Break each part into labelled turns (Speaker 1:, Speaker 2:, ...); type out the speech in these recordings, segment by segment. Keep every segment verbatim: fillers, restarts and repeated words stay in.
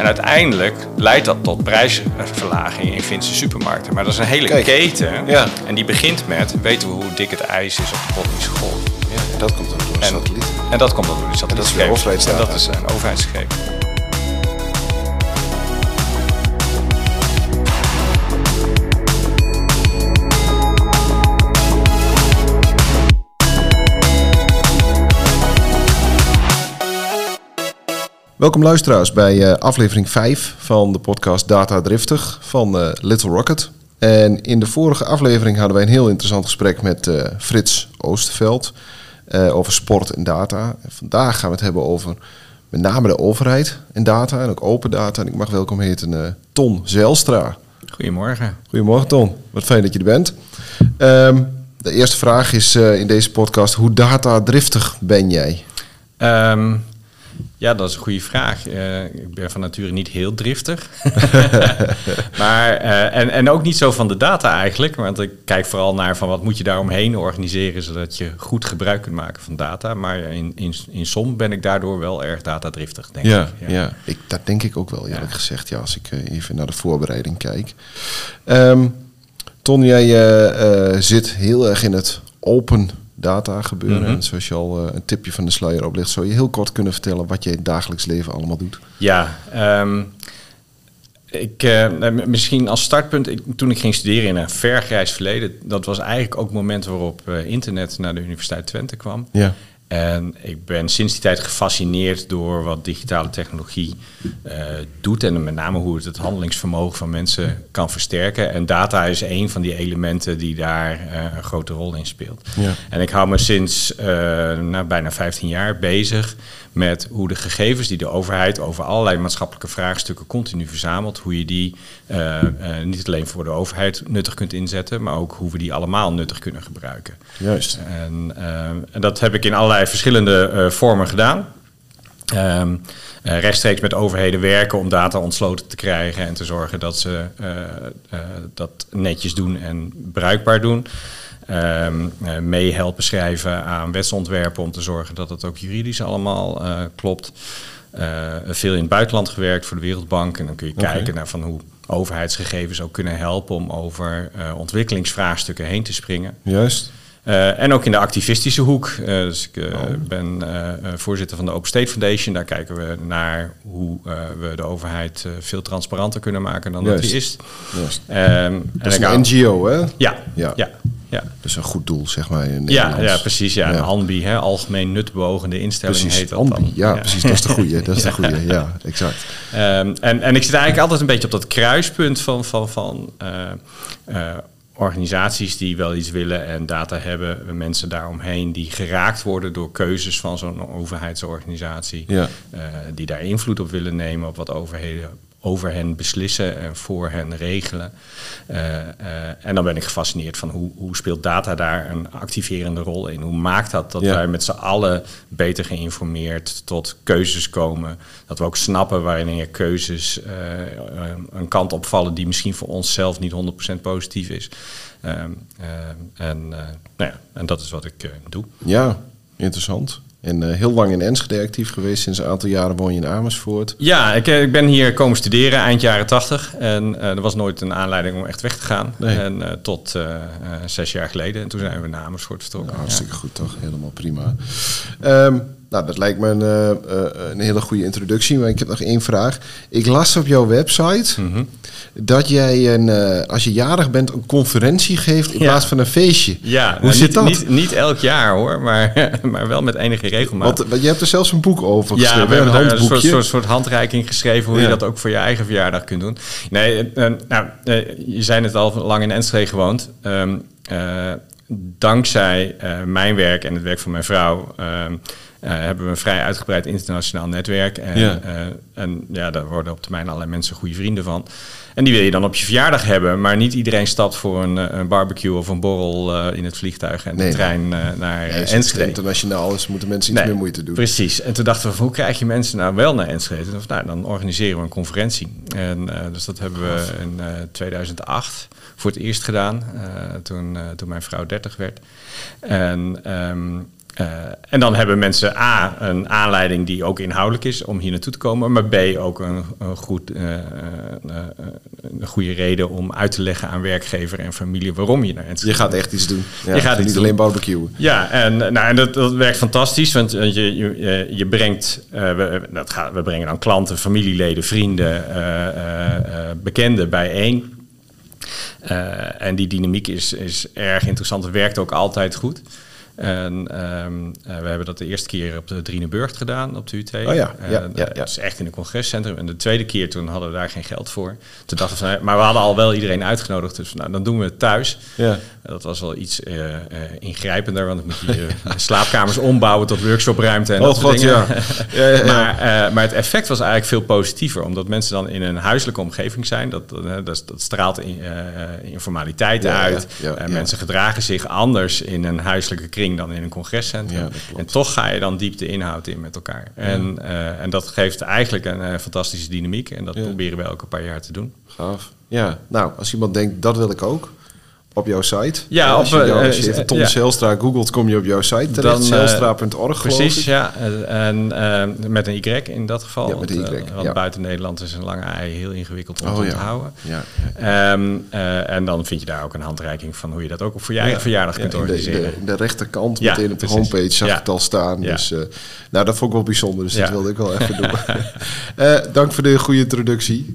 Speaker 1: En uiteindelijk leidt dat tot prijsverlaging in Finse supermarkten. Maar dat is een hele
Speaker 2: Kijk,
Speaker 1: keten.
Speaker 2: Ja.
Speaker 1: En die begint met, weten we hoe dik het ijs is op de Bottnische Golf?
Speaker 2: Ja, en dat komt dan door de
Speaker 1: En,
Speaker 2: satelliet.
Speaker 1: en dat komt dan door de
Speaker 2: En dat is
Speaker 1: satelliet.
Speaker 2: weer overheidsdata.
Speaker 1: En dat is een overheidsgegeven.
Speaker 2: Welkom luisteraars bij uh, aflevering vijf van de podcast Data Driftig van uh, Little Rocket. En in de vorige aflevering hadden wij een heel interessant gesprek met uh, Frits Oosterveld uh, over sport en data. En vandaag gaan we het hebben over met name de overheid en data en ook open data. En ik mag welkom heten uh, Ton Zijlstra.
Speaker 1: Goedemorgen.
Speaker 2: Goedemorgen Ton, wat fijn dat je er bent. Um, de eerste vraag is uh, in deze podcast, hoe datadriftig ben jij?
Speaker 1: Um, Ja, dat is een goede vraag. Uh, ik ben van nature niet heel driftig. maar, uh, en, en ook niet zo van de data eigenlijk. Want ik kijk vooral naar van wat moet je daaromheen organiseren, zodat je goed gebruik kunt maken van data. Maar in, in, in som ben ik daardoor wel erg datadriftig, denk
Speaker 2: ja,
Speaker 1: ik.
Speaker 2: Ja, ja. Ik, dat denk ik ook wel, eerlijk ja. gezegd. Ja, als ik uh, even naar de voorbereiding kijk. Um, Ton, jij uh, uh, zit heel erg in het open data gebeuren. Mm-hmm. En zoals je al uh, een tipje van de sluier oplicht, zou je heel kort kunnen vertellen wat je in het dagelijks leven allemaal doet?
Speaker 1: Ja, um, ik, uh, misschien als startpunt, ik, toen ik ging studeren in een vergrijs verleden, dat was eigenlijk ook het moment waarop uh, internet naar de Universiteit Twente kwam.
Speaker 2: Ja.
Speaker 1: En ik ben sinds die tijd gefascineerd door wat digitale technologie uh, doet. En met name hoe het het handelingsvermogen van mensen kan versterken. En data is een van die elementen die daar uh, een grote rol in speelt. Ja. En ik hou me sinds uh, nou, bijna vijftien jaar bezig met hoe de gegevens die de overheid over allerlei maatschappelijke vraagstukken continu verzamelt, hoe je die uh, uh, niet alleen voor de overheid nuttig kunt inzetten, maar ook hoe we die allemaal nuttig kunnen gebruiken.
Speaker 2: Juist.
Speaker 1: En, uh, en dat heb ik in allerlei verschillende uh, vormen gedaan. Um, uh, rechtstreeks met overheden werken om data ontsloten te krijgen en te zorgen dat ze uh, uh, dat netjes doen en bruikbaar doen. Um, uh, meehelpen schrijven aan wetsontwerpen om te zorgen dat het ook juridisch allemaal uh, klopt. Uh, veel in het buitenland gewerkt voor de Wereldbank. En dan kun je okay. kijken naar van hoe overheidsgegevens ook kunnen helpen om over uh, ontwikkelingsvraagstukken heen te springen.
Speaker 2: Juist.
Speaker 1: Uh, en ook in de activistische hoek. Uh, dus ik uh, oh. ben uh, voorzitter van de Open State Foundation. Daar kijken we naar hoe uh, we de overheid uh, veel transparanter kunnen maken dan Juist. dat die is.
Speaker 2: Juist. Um, dat is een N G O, hè?
Speaker 1: Ja, ja. ja. ja.
Speaker 2: Dat is een goed doel, zeg maar. In
Speaker 1: ja, ja, precies. Ja. Ja. Een ANBI, hè, algemeen nutbewogende instelling
Speaker 2: precies,
Speaker 1: heet dat
Speaker 2: ANBI,
Speaker 1: dan.
Speaker 2: Ja, ja, precies. Dat is de goede. Dat is ja. de goede. Ja, exact.
Speaker 1: Um, en, en ik zit eigenlijk altijd een beetje op dat kruispunt van... van, van uh, uh, organisaties die wel iets willen en data hebben, mensen daaromheen die geraakt worden door keuzes van zo'n overheidsorganisatie, ja. uh, die daar invloed op willen nemen op wat overheden over hen beslissen en voor hen regelen. Uh, uh, en dan ben ik gefascineerd van hoe, hoe speelt data daar een activerende rol in? Hoe maakt dat dat ja. wij met z'n allen beter geïnformeerd tot keuzes komen? Dat we ook snappen wanneer keuzes uh, een kant opvallen die misschien voor onszelf niet honderd procent positief is. Uh, uh, en, uh, nou ja, en dat is wat ik uh, doe.
Speaker 2: Ja, interessant. En uh, heel lang in Enschede actief geweest. Sinds een aantal jaren woon je in Amersfoort.
Speaker 1: Ja, ik, ik ben hier komen studeren eind jaren tachtig. En uh, er was nooit een aanleiding om echt weg te gaan. Nee. En uh, tot uh, uh, zes jaar geleden. En toen zijn we naar Amersfoort vertrokken.
Speaker 2: Ja, hartstikke ja. goed toch? Helemaal prima. Um, nou, dat lijkt me een, uh, uh, een hele goede introductie. Maar ik heb nog één vraag. Ik las op jouw website mm-hmm. dat jij, een, uh, als je jarig bent, een conferentie geeft in ja. plaats van een feestje.
Speaker 1: Ja,
Speaker 2: hoe
Speaker 1: nou,
Speaker 2: zit
Speaker 1: niet,
Speaker 2: dat?
Speaker 1: Niet, niet elk jaar hoor, maar, maar wel met enige regelmaat.
Speaker 2: Want, want je hebt er zelfs een boek over
Speaker 1: ja,
Speaker 2: geschreven.
Speaker 1: We hebben
Speaker 2: een
Speaker 1: daar een soort, soort, soort handreiking geschreven hoe ja. je dat ook voor je eigen verjaardag kunt doen. Nee, uh, nou, uh, je zei het al, lang in Enschede gewoond. Um, uh, dankzij uh, mijn werk en het werk van mijn vrouw Uh, Uh, hebben we een vrij uitgebreid internationaal netwerk. En ja, uh, en, ja daar worden op termijn allerlei mensen goede vrienden van. En die wil je dan op je verjaardag hebben. Maar niet iedereen stapt voor een, een barbecue of een borrel uh, in het vliegtuig en nee, de trein uh, naar nee, Enschede.
Speaker 2: Internationaal is, moeten mensen iets nee, meer moeite doen.
Speaker 1: Precies. En toen dachten we, van, hoe krijg je mensen nou wel naar Enschede? En, nou, dan organiseren we een conferentie. En, uh, dus dat hebben we in uh, tweeduizend acht voor het eerst gedaan. Uh, toen, uh, toen mijn vrouw dertig werd. En Um, Uh, en dan hebben mensen A, een aanleiding die ook inhoudelijk is om hier naartoe te komen, maar B, ook een, een, goed, uh, uh, een goede reden om uit te leggen aan werkgever en familie waarom je naar Enschede
Speaker 2: Je gaat echt iets doen. Ja,
Speaker 1: je gaat
Speaker 2: niet
Speaker 1: iets
Speaker 2: alleen
Speaker 1: doen.
Speaker 2: barbecuen.
Speaker 1: Ja, en, nou, en dat, dat werkt fantastisch, want je, je, je brengt, uh, we, dat gaat, we brengen dan klanten, familieleden, vrienden, uh, uh, uh, bekenden bijeen. Uh, en die dynamiek is, is erg interessant. Het werkt ook altijd goed. En um, uh, we hebben dat de eerste keer op de Drieneburg gedaan, op de U T.
Speaker 2: Oh ja, ja,
Speaker 1: uh,
Speaker 2: ja, ja.
Speaker 1: Dat is echt in een congrescentrum. En de tweede keer, toen hadden we daar geen geld voor. Toen dachten we, maar we hadden al wel iedereen uitgenodigd. Dus nou, dan doen we het thuis.
Speaker 2: Ja.
Speaker 1: Dat was wel iets uh, uh, ingrijpender, want dan moet je uh, slaapkamers ombouwen tot workshopruimte en
Speaker 2: oh,
Speaker 1: dat soort
Speaker 2: God,
Speaker 1: dingen.
Speaker 2: Ja. Ja, ja, ja.
Speaker 1: Maar, uh, maar het effect was eigenlijk veel positiever, omdat mensen dan in een huiselijke omgeving zijn. Dat, uh, dat, dat straalt in, uh, informaliteit
Speaker 2: ja,
Speaker 1: uit.
Speaker 2: Ja, ja,
Speaker 1: en
Speaker 2: ja.
Speaker 1: mensen gedragen zich anders in een huiselijke kring dan in een congrescentrum.
Speaker 2: Ja,
Speaker 1: en toch ga je dan diep de inhoud in met elkaar. Ja. En, uh, en dat geeft eigenlijk een uh, fantastische dynamiek. En dat ja. proberen we elke paar jaar te doen.
Speaker 2: Gaaf. Ja, nou, als iemand denkt, dat wil ik ook. Op jouw site.
Speaker 1: Ja,
Speaker 2: ja, als je,
Speaker 1: op,
Speaker 2: jou, als je
Speaker 1: uh,
Speaker 2: even Tom
Speaker 1: ja.
Speaker 2: Zijlstra googelt, kom je op jouw site terecht. Zijlstra punt org,
Speaker 1: precies,
Speaker 2: ik.
Speaker 1: ja. En uh, met een Y in dat geval.
Speaker 2: Ja, met een Y.
Speaker 1: Want, uh, want
Speaker 2: ja.
Speaker 1: buiten Nederland is een lange ei heel ingewikkeld om
Speaker 2: oh,
Speaker 1: te
Speaker 2: ja.
Speaker 1: onthouden.
Speaker 2: Ja, ja.
Speaker 1: Um, uh, en dan vind je daar ook een handreiking van hoe je dat ook voor je eigen
Speaker 2: ja.
Speaker 1: verjaardag
Speaker 2: ja,
Speaker 1: kunt
Speaker 2: in de,
Speaker 1: organiseren.
Speaker 2: In de, in de rechterkant,
Speaker 1: ja,
Speaker 2: meteen op de
Speaker 1: precies.
Speaker 2: homepage, zag
Speaker 1: ja.
Speaker 2: ik het al staan.
Speaker 1: Ja.
Speaker 2: Dus, uh, nou, dat vond ik wel bijzonder, dus
Speaker 1: ja.
Speaker 2: dat wilde ik wel even doen. uh, dank voor de goede introductie.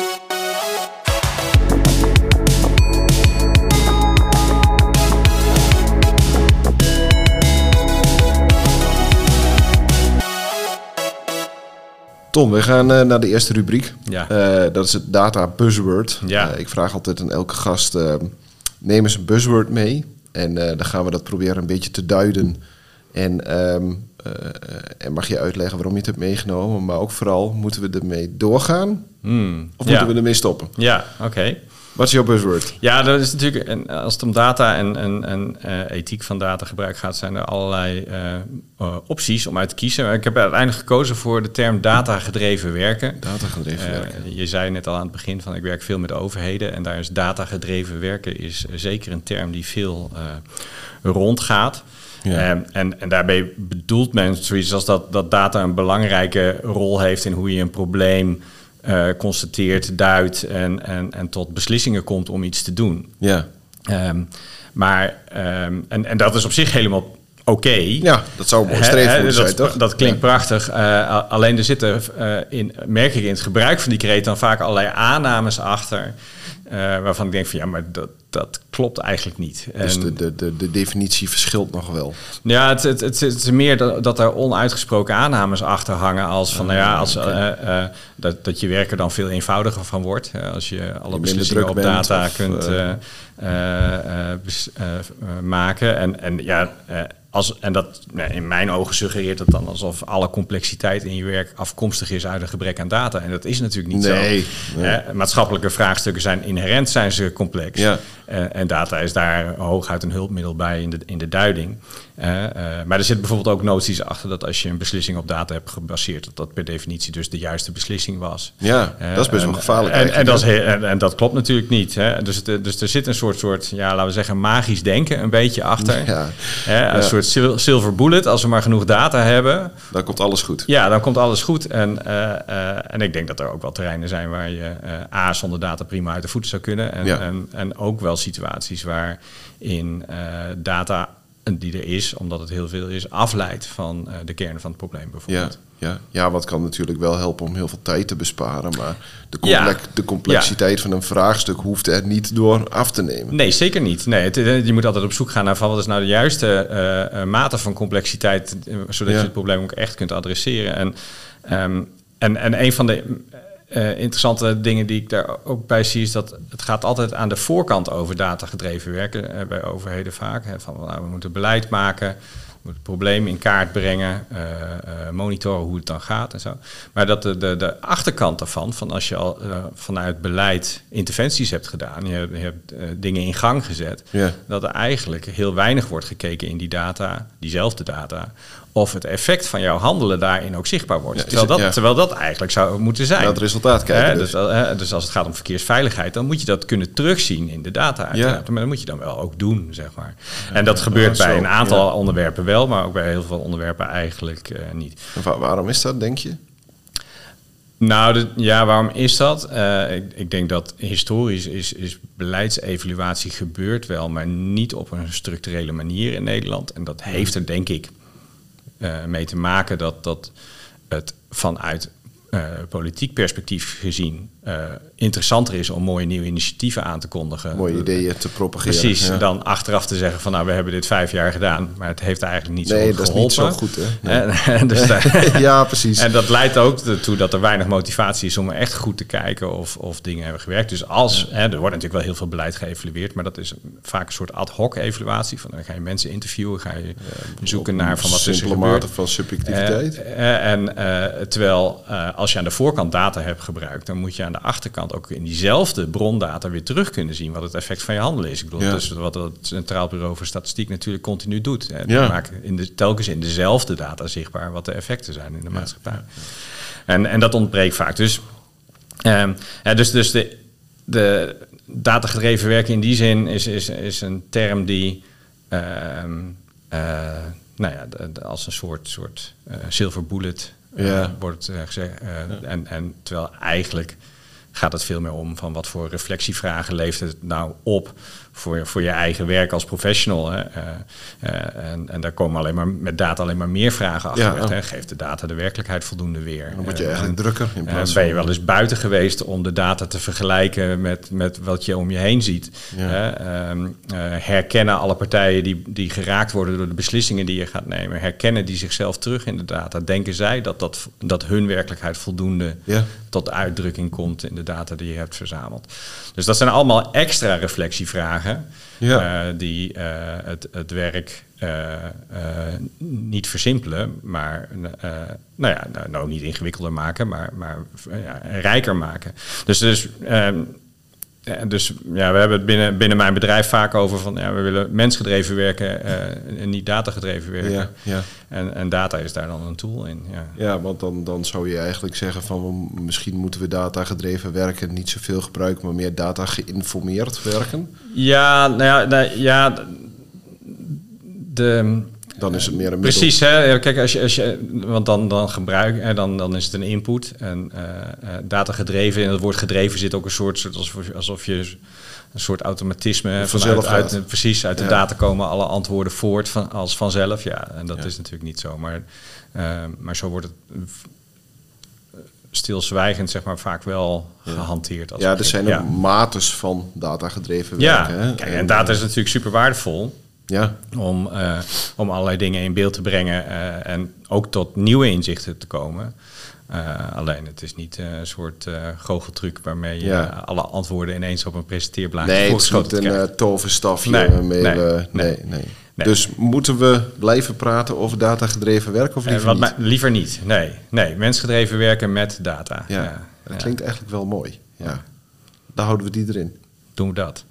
Speaker 2: Tom, we gaan uh, naar de eerste rubriek.
Speaker 1: Ja.
Speaker 2: Uh, dat is het data buzzword.
Speaker 1: Ja.
Speaker 2: Uh, ik vraag altijd aan elke gast, uh, neem eens een buzzword mee. En uh, dan gaan we dat proberen een beetje te duiden. En, um, uh, en mag je uitleggen waarom je het hebt meegenomen. Maar ook vooral, moeten we ermee doorgaan?
Speaker 1: Hmm.
Speaker 2: Of
Speaker 1: ja.
Speaker 2: moeten we ermee stoppen?
Speaker 1: Ja, oké. Okay.
Speaker 2: Wat is jouw buzzword?
Speaker 1: Ja, dat is natuurlijk, en als het om data en, en, en uh, ethiek van datagebruik gaat, zijn er allerlei uh, uh, opties om uit te kiezen. Ik heb uiteindelijk gekozen voor de term datagedreven werken.
Speaker 2: Datagedreven uh, werken.
Speaker 1: Je zei net al aan het begin van ik werk veel met overheden en daar is datagedreven werken is uh, zeker een term die veel uh, rondgaat. Ja. Um, en, en daarbij bedoelt men zoiets als dat, dat data een belangrijke rol heeft in hoe je een probleem Uh, constateert, duidt en, en, en tot beslissingen komt om iets te doen.
Speaker 2: Ja.
Speaker 1: Um, maar, um, en, en dat is op zich helemaal oké. Okay.
Speaker 2: Ja, dat zou een mooi streefwoord zijn, toch?
Speaker 1: Dat klinkt
Speaker 2: ja.
Speaker 1: prachtig. Uh, alleen er zitten, uh, in, merk ik in het gebruik van die kreet dan vaak allerlei aannames achter. Uh, waarvan ik denk van ja, maar dat, dat klopt eigenlijk niet.
Speaker 2: Dus
Speaker 1: en,
Speaker 2: de, de, de, de definitie verschilt nog wel.
Speaker 1: Ja, het, het, het, het is meer dat, dat er onuitgesproken aannames achter hangen als van, uh, nou ja, als, okay. uh, uh, dat, dat je werk er dan veel eenvoudiger van wordt. Uh, als je alle je beslissingen op data of, kunt uh, uh, uh, bes, uh, uh, maken. En, en ja, uh, als, en dat in mijn ogen suggereert het dan alsof alle complexiteit in je werk afkomstig is uit een gebrek aan data. En dat is natuurlijk niet
Speaker 2: nee,
Speaker 1: zo.
Speaker 2: Nee.
Speaker 1: Uh, maatschappelijke vraagstukken zijn inherent, zijn ze complex.
Speaker 2: Ja.
Speaker 1: Uh, en data is daar hooguit een hulpmiddel bij in de, in de duiding. Uh, uh, maar er zit bijvoorbeeld ook noties achter dat als je een beslissing op data hebt gebaseerd, dat dat per definitie dus de juiste beslissing was.
Speaker 2: Ja, uh, dat is best wel gevaarlijk.
Speaker 1: En, en, dat is heel, en, en dat klopt natuurlijk niet. Hè? Dus, het, dus er zit een soort, soort, ja, laten we zeggen, magisch denken een beetje achter.
Speaker 2: Ja.
Speaker 1: Hè? Een
Speaker 2: ja.
Speaker 1: soort silver bullet, als we maar genoeg data hebben.
Speaker 2: Dan komt alles goed.
Speaker 1: Ja, dan komt alles goed. En, uh, uh, en ik denk dat er ook wel terreinen zijn waar je uh, A, zonder data prima uit de voeten zou kunnen. En,
Speaker 2: ja.
Speaker 1: en, en ook wel situaties waarin uh, data die er is, omdat het heel veel is, afleidt van uh, de kern van het probleem bijvoorbeeld.
Speaker 2: Ja, ja. ja, wat kan natuurlijk wel helpen om heel veel tijd te besparen. Maar de, complex, ja. de complexiteit ja. van een vraagstuk hoeft er niet door af te nemen.
Speaker 1: Nee, zeker niet. Nee, het, je moet altijd op zoek gaan naar van wat is nou de juiste uh, uh, mate van complexiteit, uh, zodat ja. je het probleem ook echt kunt adresseren. En, um, en, en een van de Uh, interessante dingen die ik daar ook bij zie is dat het gaat altijd aan de voorkant over datagedreven werken, uh, bij overheden vaak. Hè, van nou, we moeten beleid maken, we moeten het probleem in kaart brengen, uh, uh, monitoren hoe het dan gaat en zo. Maar dat de, de, de achterkant daarvan, van als je al uh, vanuit beleid interventies hebt gedaan, je hebt, je hebt uh, dingen in gang gezet,
Speaker 2: ja.
Speaker 1: dat er eigenlijk heel weinig wordt gekeken in die data, diezelfde data, of het effect van jouw handelen daarin ook zichtbaar wordt.
Speaker 2: Ja,
Speaker 1: terwijl,
Speaker 2: het,
Speaker 1: dat,
Speaker 2: ja.
Speaker 1: terwijl dat eigenlijk zou moeten zijn.
Speaker 2: Naar het resultaat kijken.
Speaker 1: Hè,
Speaker 2: dus.
Speaker 1: Dus, hè, dus als het gaat om verkeersveiligheid, dan moet je dat kunnen terugzien in de data. Uiteraard.
Speaker 2: Ja.
Speaker 1: Maar dat moet je dan wel ook doen, zeg maar. En dat gebeurt
Speaker 2: Ja,
Speaker 1: bij
Speaker 2: zo,
Speaker 1: een aantal
Speaker 2: ja.
Speaker 1: onderwerpen wel, maar ook bij heel veel onderwerpen eigenlijk uh, niet.
Speaker 2: En wa- waarom is dat, denk je?
Speaker 1: Nou, de, ja, waarom is dat? Uh, ik, ik denk dat historisch is, is beleidsevaluatie gebeurd wel, maar niet op een structurele manier in Nederland. En dat heeft er, denk ik, uh, mee te maken dat, dat het vanuit uh, politiek perspectief gezien uh, interessanter is om mooie nieuwe initiatieven aan te kondigen.
Speaker 2: Mooie ideeën te propageren.
Speaker 1: Precies,
Speaker 2: ja.
Speaker 1: dan achteraf te zeggen van nou, we hebben dit vijf jaar gedaan, maar het heeft eigenlijk niet
Speaker 2: Nee,
Speaker 1: zo
Speaker 2: dat
Speaker 1: geholpen.
Speaker 2: is niet zo goed, hè? Nee.
Speaker 1: En, dus daar,
Speaker 2: ja, precies.
Speaker 1: En dat leidt ook ertoe dat er weinig motivatie is om echt goed te kijken of, of dingen hebben gewerkt. Dus als, ja. hè, er wordt natuurlijk wel heel veel beleid geëvalueerd, maar dat is vaak een soort ad hoc evaluatie. Van, dan ga je mensen interviewen, ga je ja, zoeken naar van wat is er gebeurd.
Speaker 2: Simpele mate van subjectiviteit.
Speaker 1: Uh, uh, en uh, terwijl uh, als je aan de voorkant data hebt gebruikt, dan moet je aan de achterkant ook in diezelfde brondata weer terug kunnen zien wat het effect van je handelen is. Ik bedoel, ja. Dus wat het Centraal Bureau voor Statistiek natuurlijk continu doet. Hè. Die
Speaker 2: Ja.
Speaker 1: maken in de, telkens in dezelfde data zichtbaar wat de effecten zijn in de maatschappij. Ja. En, en dat ontbreekt vaak. Dus, um, ja, dus, dus de, de datagedreven werken in die zin is, is, is een term die uh, uh, nou ja, de, de, als een soort, soort uh, silver bullet uh, ja. wordt uh, gezegd. Uh, ja. en, en terwijl eigenlijk gaat het veel meer om van wat voor reflectievragen levert het nou op voor, voor je eigen werk als professional. Hè? Uh, uh, en, en daar komen alleen maar met data alleen maar meer vragen achter. Ja, ja. Geeft de data de werkelijkheid voldoende weer?
Speaker 2: Dan word je eigenlijk uh, drukker. In plaats
Speaker 1: uh, ben je wel eens buiten geweest om de data te vergelijken met, met wat je om je heen ziet? Ja. Uh, um, uh, herkennen alle partijen die, die geraakt worden door de beslissingen die je gaat nemen. Herkennen die zichzelf terug in de data. Denken zij dat, dat, dat hun werkelijkheid voldoende ja. tot uitdrukking komt in de data die je hebt verzameld? Dus dat zijn allemaal extra reflectievragen. Ja. Uh, die uh, het, het werk uh, uh, niet versimpelen, maar uh, nou ja, nou, nou niet ingewikkelder maken, maar, maar uh, ja, rijker maken. Dus, dus, uh, dus ja, we hebben het binnen, binnen mijn bedrijf vaak over van ja, we willen mensgedreven werken uh, en niet datagedreven werken. Ja, ja. En, en data is daar dan een tool in. Ja,
Speaker 2: ja want dan, dan zou je eigenlijk zeggen van misschien moeten we datagedreven werken niet zoveel gebruiken, maar meer data geïnformeerd werken.
Speaker 1: Ja, nou ja, nou, ja de...
Speaker 2: Dan is het meer een
Speaker 1: middel. Precies, hè? Kijk, als je, als je, want dan, dan gebruik, hè, dan, dan is het een input. En uh, uh, datagedreven, in het woord gedreven zit ook een soort, soort alsof, alsof je een soort automatisme
Speaker 2: vanzelf
Speaker 1: vanuit, uit, precies, uit de ja. data komen alle antwoorden voort van, als vanzelf. Ja, en dat ja. is natuurlijk niet zo. Maar, uh, maar zo wordt het stilzwijgend, zeg maar, vaak wel ja. gehanteerd. Als
Speaker 2: ja, er zijn ook
Speaker 1: ja.
Speaker 2: mates van datagedreven
Speaker 1: ja.
Speaker 2: werken. Hè?
Speaker 1: Kijk, en data is natuurlijk super waardevol.
Speaker 2: Ja.
Speaker 1: Om, uh, om allerlei dingen in beeld te brengen uh, en ook tot nieuwe inzichten te komen. Uh, alleen het is niet uh, een soort uh, goocheltruc waarmee je ja. uh, alle antwoorden ineens op een presenteerblaadje
Speaker 2: nee,
Speaker 1: voorgeschoten
Speaker 2: krijgt. Nee, het is niet een uh, toverstafje.
Speaker 1: Nee,
Speaker 2: waarmee
Speaker 1: nee,
Speaker 2: we, nee, nee, nee. nee. Dus moeten we blijven praten over datagedreven werken of liever
Speaker 1: uh, wat
Speaker 2: niet?
Speaker 1: Maar, liever niet, nee. nee. Mensgedreven werken met data.
Speaker 2: Ja,
Speaker 1: ja.
Speaker 2: dat ja. klinkt eigenlijk wel mooi. Ja. Daar houden we die erin.
Speaker 1: Doen we dat.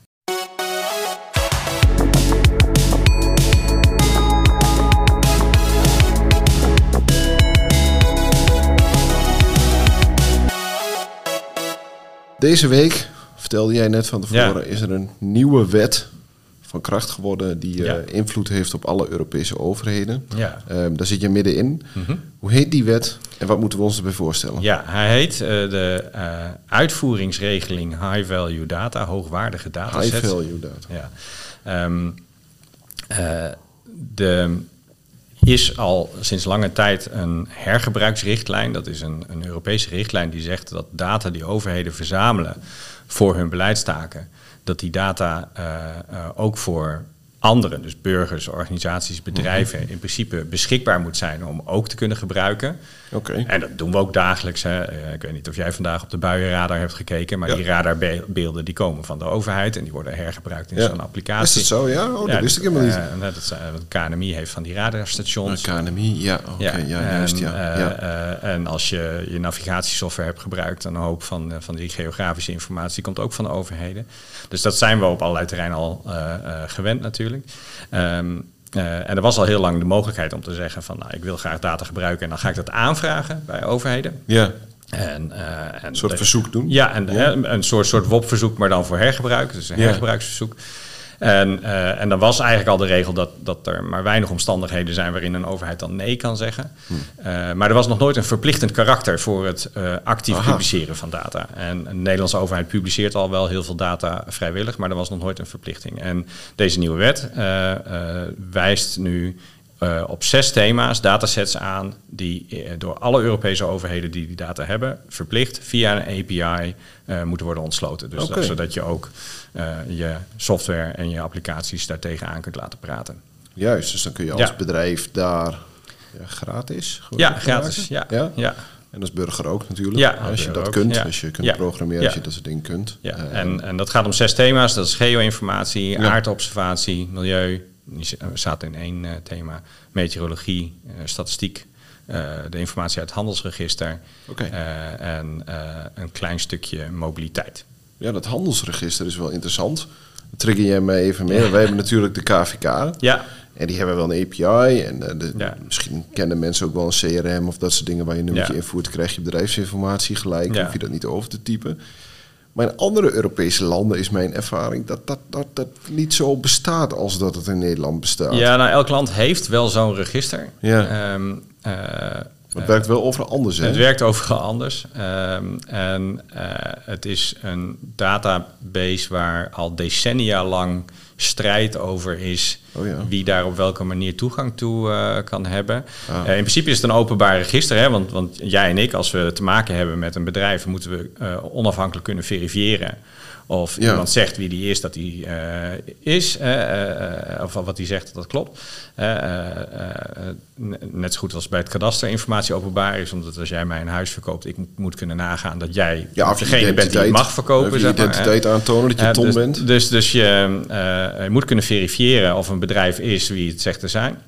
Speaker 2: Deze week, vertelde jij net van tevoren, ja. is er een nieuwe wet van kracht geworden die ja. uh, invloed heeft op alle Europese overheden. Ja. Um, daar zit je middenin. Mm-hmm. Hoe heet die wet en wat moeten we ons erbij voorstellen?
Speaker 1: Ja, hij heet uh, de uh, uitvoeringsregeling High Value Data, hoogwaardige datasets.
Speaker 2: High Value Data.
Speaker 1: Ja. Um, uh, de... is al sinds lange tijd een hergebruiksrichtlijn. Dat is een, een Europese richtlijn die zegt dat data die overheden verzamelen voor hun beleidstaken, dat die data uh, uh, ook voor anderen, dus burgers, organisaties, bedrijven, mm-hmm. in principe beschikbaar moet zijn om ook te kunnen gebruiken.
Speaker 2: Okay.
Speaker 1: En dat doen we ook dagelijks. Hè. Ik weet niet of jij vandaag op de buienradar hebt gekeken, maar ja. die radarbeelden die komen van de overheid en die worden hergebruikt in ja. zo'n applicatie.
Speaker 2: Is dat zo? Ja, oh, dat ja, wist ik helemaal niet.
Speaker 1: Uh, dat is, uh, K N M I heeft van die radarstations.
Speaker 2: K N M I, ja, oké, okay, ja, ja, juist, ja.
Speaker 1: Uh,
Speaker 2: ja.
Speaker 1: Uh, en als je je navigatiesoftware hebt gebruikt, een hoop van, uh, van die geografische informatie komt ook van de overheden. Dus dat zijn we op allerlei terreinen al uh, uh, gewend natuurlijk. Um, Uh, en er was al heel lang de mogelijkheid om te zeggen van... nou, ik wil graag data gebruiken en dan ga ik dat aanvragen bij overheden.
Speaker 2: Ja.
Speaker 1: En, uh, en
Speaker 2: een soort
Speaker 1: de,
Speaker 2: verzoek doen?
Speaker 1: Ja, en,
Speaker 2: ja.
Speaker 1: een, een soort, soort W O P-verzoek, maar dan voor hergebruik. Dus een hergebruiksverzoek. En, uh, en dan was eigenlijk al de regel dat, dat er maar weinig omstandigheden zijn... waarin een overheid dan nee kan zeggen. Hm. Uh, maar er was nog nooit een verplichtend karakter... voor het uh, actief Aha. publiceren van data. En de Nederlandse overheid publiceert al wel heel veel data vrijwillig... maar er was nog nooit een verplichting. En deze nieuwe wet uh, uh, wijst nu... Uh, op zes thema's, datasets aan... die uh, door alle Europese overheden die die data hebben... verplicht via een A P I uh, moeten worden ontsloten. Dus okay. dat, zodat je ook uh, je software en je applicaties daartegen aan kunt laten praten.
Speaker 2: Juist, dus dan kun je als ja. bedrijf daar ja, gratis...
Speaker 1: Ja, gratis. Ja.
Speaker 2: Ja?
Speaker 1: Ja.
Speaker 2: En als burger ook natuurlijk.
Speaker 1: Ja,
Speaker 2: als je dat
Speaker 1: ook.
Speaker 2: kunt,
Speaker 1: Ja.
Speaker 2: als je kunt
Speaker 1: ja.
Speaker 2: programmeren,
Speaker 1: ja.
Speaker 2: als je dat soort dingen kunt.
Speaker 1: Ja.
Speaker 2: Uh,
Speaker 1: en, en dat gaat om zes thema's. Dat is geo-informatie,
Speaker 2: ja.
Speaker 1: aardobservatie, milieu... Die zaten in één uh, thema. Meteorologie, uh, statistiek, uh, de informatie uit het handelsregister
Speaker 2: okay.
Speaker 1: uh, en uh, een klein stukje mobiliteit.
Speaker 2: Ja, dat handelsregister is wel interessant. Trigger jij mij even meer. Ja. Wij hebben natuurlijk de K V K.
Speaker 1: Ja.
Speaker 2: En die hebben wel een A P I. En uh, de,
Speaker 1: ja.
Speaker 2: misschien kennen mensen ook wel een C R M of dat soort dingen waar je een nummertje
Speaker 1: ja.
Speaker 2: invoert, krijg je bedrijfsinformatie gelijk.
Speaker 1: Ja.
Speaker 2: Hoef je dat niet over te typen. Maar in andere Europese landen is mijn ervaring dat dat, dat dat niet zo bestaat als dat het in Nederland bestaat.
Speaker 1: Ja, nou elk land heeft wel zo'n register.
Speaker 2: Ja.
Speaker 1: Um, uh,
Speaker 2: het werkt wel overal anders, hè?
Speaker 1: Het werkt overal anders. Um, en uh, het is een database waar al decennia lang strijd over is...
Speaker 2: Oh ja.
Speaker 1: wie daar op welke manier toegang toe uh, kan hebben.
Speaker 2: Ah.
Speaker 1: Uh, in principe is het een openbaar register. Hè? Want, want jij en ik, als we te maken hebben met een bedrijf... moeten we uh, onafhankelijk kunnen verifiëren... of ja. iemand zegt wie die is, dat die uh, is. Uh, uh, of wat hij zegt, dat dat klopt. Uh, uh, uh, net zo goed als bij het kadaster informatie openbaar is. Omdat als jij mij een huis verkoopt... ik moet kunnen nagaan dat jij
Speaker 2: ja,
Speaker 1: degene bent die het mag verkopen.
Speaker 2: Of je identiteit
Speaker 1: maar,
Speaker 2: aantonen, dat je uh, Tom
Speaker 1: dus,
Speaker 2: bent.
Speaker 1: Dus, dus je, uh, je moet kunnen verifiëren of een bedrijf is wie het zegt te zijn.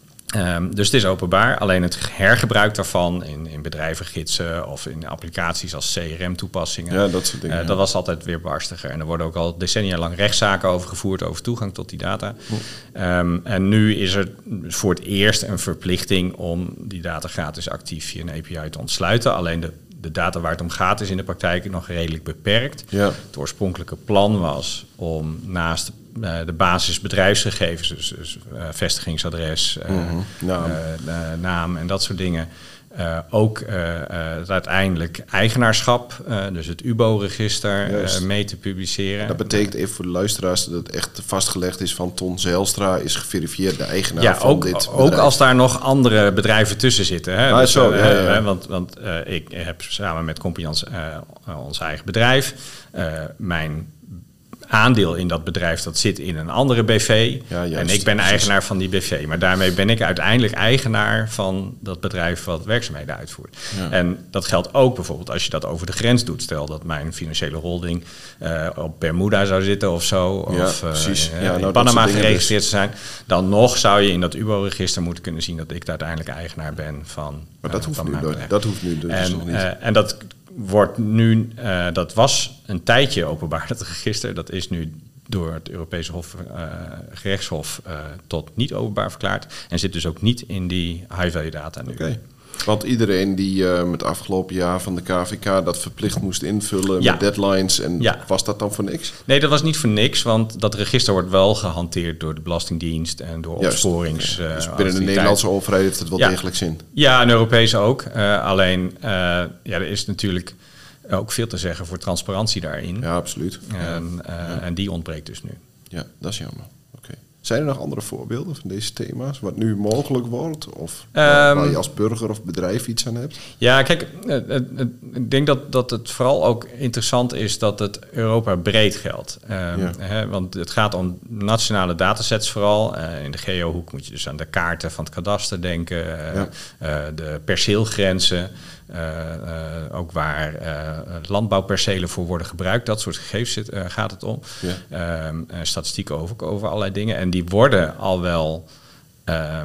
Speaker 1: Um, dus het is openbaar, alleen het hergebruik daarvan in, in bedrijvengidsen of in applicaties als C R M-toepassingen,
Speaker 2: ja, dat soort dingen,
Speaker 1: uh,
Speaker 2: ja.
Speaker 1: dat was altijd weer barstiger. En er worden ook al decennia lang rechtszaken over gevoerd over toegang tot die data. Ja. Um, en nu is er voor het eerst een verplichting om die data gratis actief via een A P I te ontsluiten. Alleen de, de data waar het om gaat is in de praktijk nog redelijk beperkt. Ja. Het oorspronkelijke plan was om naast Uh, de basisbedrijfsgegevens, dus, dus uh, vestigingsadres, uh, mm-hmm. naam. Uh, uh, naam en dat soort dingen. Uh, ook uh, uh, het uiteindelijk eigenaarschap, uh, dus het U B O-register, uh, mee te publiceren.
Speaker 2: Dat betekent even voor de luisteraars dat het echt vastgelegd is van Ton Zijlstra is geverifieerd de eigenaar
Speaker 1: ja,
Speaker 2: van
Speaker 1: ook,
Speaker 2: dit bedrijf.
Speaker 1: Ook als daar nog andere bedrijven tussen zitten. Hè?
Speaker 2: Ah,
Speaker 1: dus,
Speaker 2: zo,
Speaker 1: uh,
Speaker 2: ja, ja.
Speaker 1: Uh, want want uh, ik heb samen met Compians uh, ons eigen bedrijf. Uh, mijn aandeel in dat bedrijf, dat zit in een andere B V. Ja, en ik ben eigenaar van die B V. Maar daarmee ben ik uiteindelijk eigenaar van dat bedrijf wat werkzaamheden uitvoert. Ja. En dat geldt ook bijvoorbeeld als je dat over de grens doet. Stel dat mijn financiële holding uh, op Bermuda zou zitten of zo.
Speaker 2: Ja,
Speaker 1: of uh,
Speaker 2: precies.
Speaker 1: uh,
Speaker 2: ja,
Speaker 1: in
Speaker 2: nou,
Speaker 1: Panama geregistreerd dus zijn. Dan nog zou je in dat U B O-register moeten kunnen zien dat ik uiteindelijk eigenaar ben van
Speaker 2: Maar dat,
Speaker 1: uh,
Speaker 2: hoeft,
Speaker 1: van
Speaker 2: nu
Speaker 1: mijn
Speaker 2: nooit, dat hoeft nu dus
Speaker 1: en,
Speaker 2: nog niet.
Speaker 1: Uh, en dat wordt nu, uh, dat was een tijdje openbaar, dat register. Dat is nu door het Europese Hof, uh, gerechtshof uh, tot niet openbaar verklaard. En zit dus ook niet in die high-value data nu.
Speaker 2: Okay. Want iedereen die uh, met afgelopen jaar van de K V K dat verplicht moest invullen ja. met deadlines. En ja. was dat dan voor niks?
Speaker 1: Nee, dat was niet voor niks. Want dat register wordt wel gehanteerd door de Belastingdienst en door Juist. opsporings...
Speaker 2: Okay. Dus binnen de Nederlandse overheid heeft het wel
Speaker 1: ja.
Speaker 2: degelijk zin?
Speaker 1: Ja, en Europees ook. Uh, alleen, uh, ja, er is natuurlijk ook veel te zeggen voor transparantie daarin.
Speaker 2: Ja, absoluut.
Speaker 1: En, uh, ja. en die ontbreekt dus nu.
Speaker 2: Ja, dat is jammer. Okay. Zijn er nog andere voorbeelden van deze thema's? Wat nu mogelijk wordt? Of um, waar je als burger of bedrijf iets aan hebt?
Speaker 1: Ja, kijk, uh, uh, uh, ik denk dat, dat het vooral ook interessant is dat het Europa breed geldt. Um, ja. hè, want het gaat om nationale datasets vooral. Uh, in de geohoek moet je dus aan de kaarten van het kadaster denken. Uh, ja. uh, de perceelgrenzen. Uh, uh, ook waar uh, landbouwpercelen voor worden gebruikt. Dat soort gegevens zit, uh, gaat het om. Ja. Um, uh, statistieken over, over allerlei dingen. En die worden al wel um,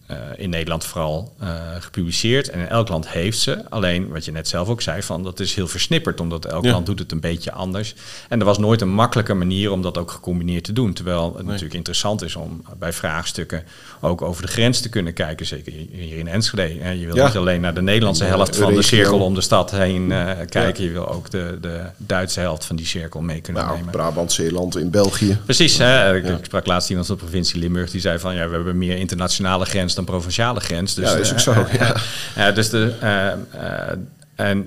Speaker 1: uh, in Nederland vooral uh, gepubliceerd. En in elk land heeft ze. Alleen, wat je net zelf ook zei, van dat is heel versnipperd. Omdat elk ja. land doet het een beetje anders. En er was nooit een makkelijke manier om dat ook gecombineerd te doen. Terwijl het nee. natuurlijk interessant is om bij vraagstukken ook over de grens te kunnen kijken. Zeker hier in Enschede. Je wil ja. niet alleen naar de Nederlandse helft van de cirkel om de stad heen uh, kijken. Ja. Je wil ook de, de Duitse helft van die cirkel mee kunnen
Speaker 2: nou,
Speaker 1: nemen.
Speaker 2: Brabant, Zeeland in België.
Speaker 1: Precies. Hè? Ik, ja. ik sprak laatst iemand van de provincie Limburg. Die zei van, ja, we hebben meer internationale grens dan provinciale grens. Dus,
Speaker 2: ja, dat is ook zo.
Speaker 1: Uh,
Speaker 2: ja.
Speaker 1: uh, dus de, uh, uh, en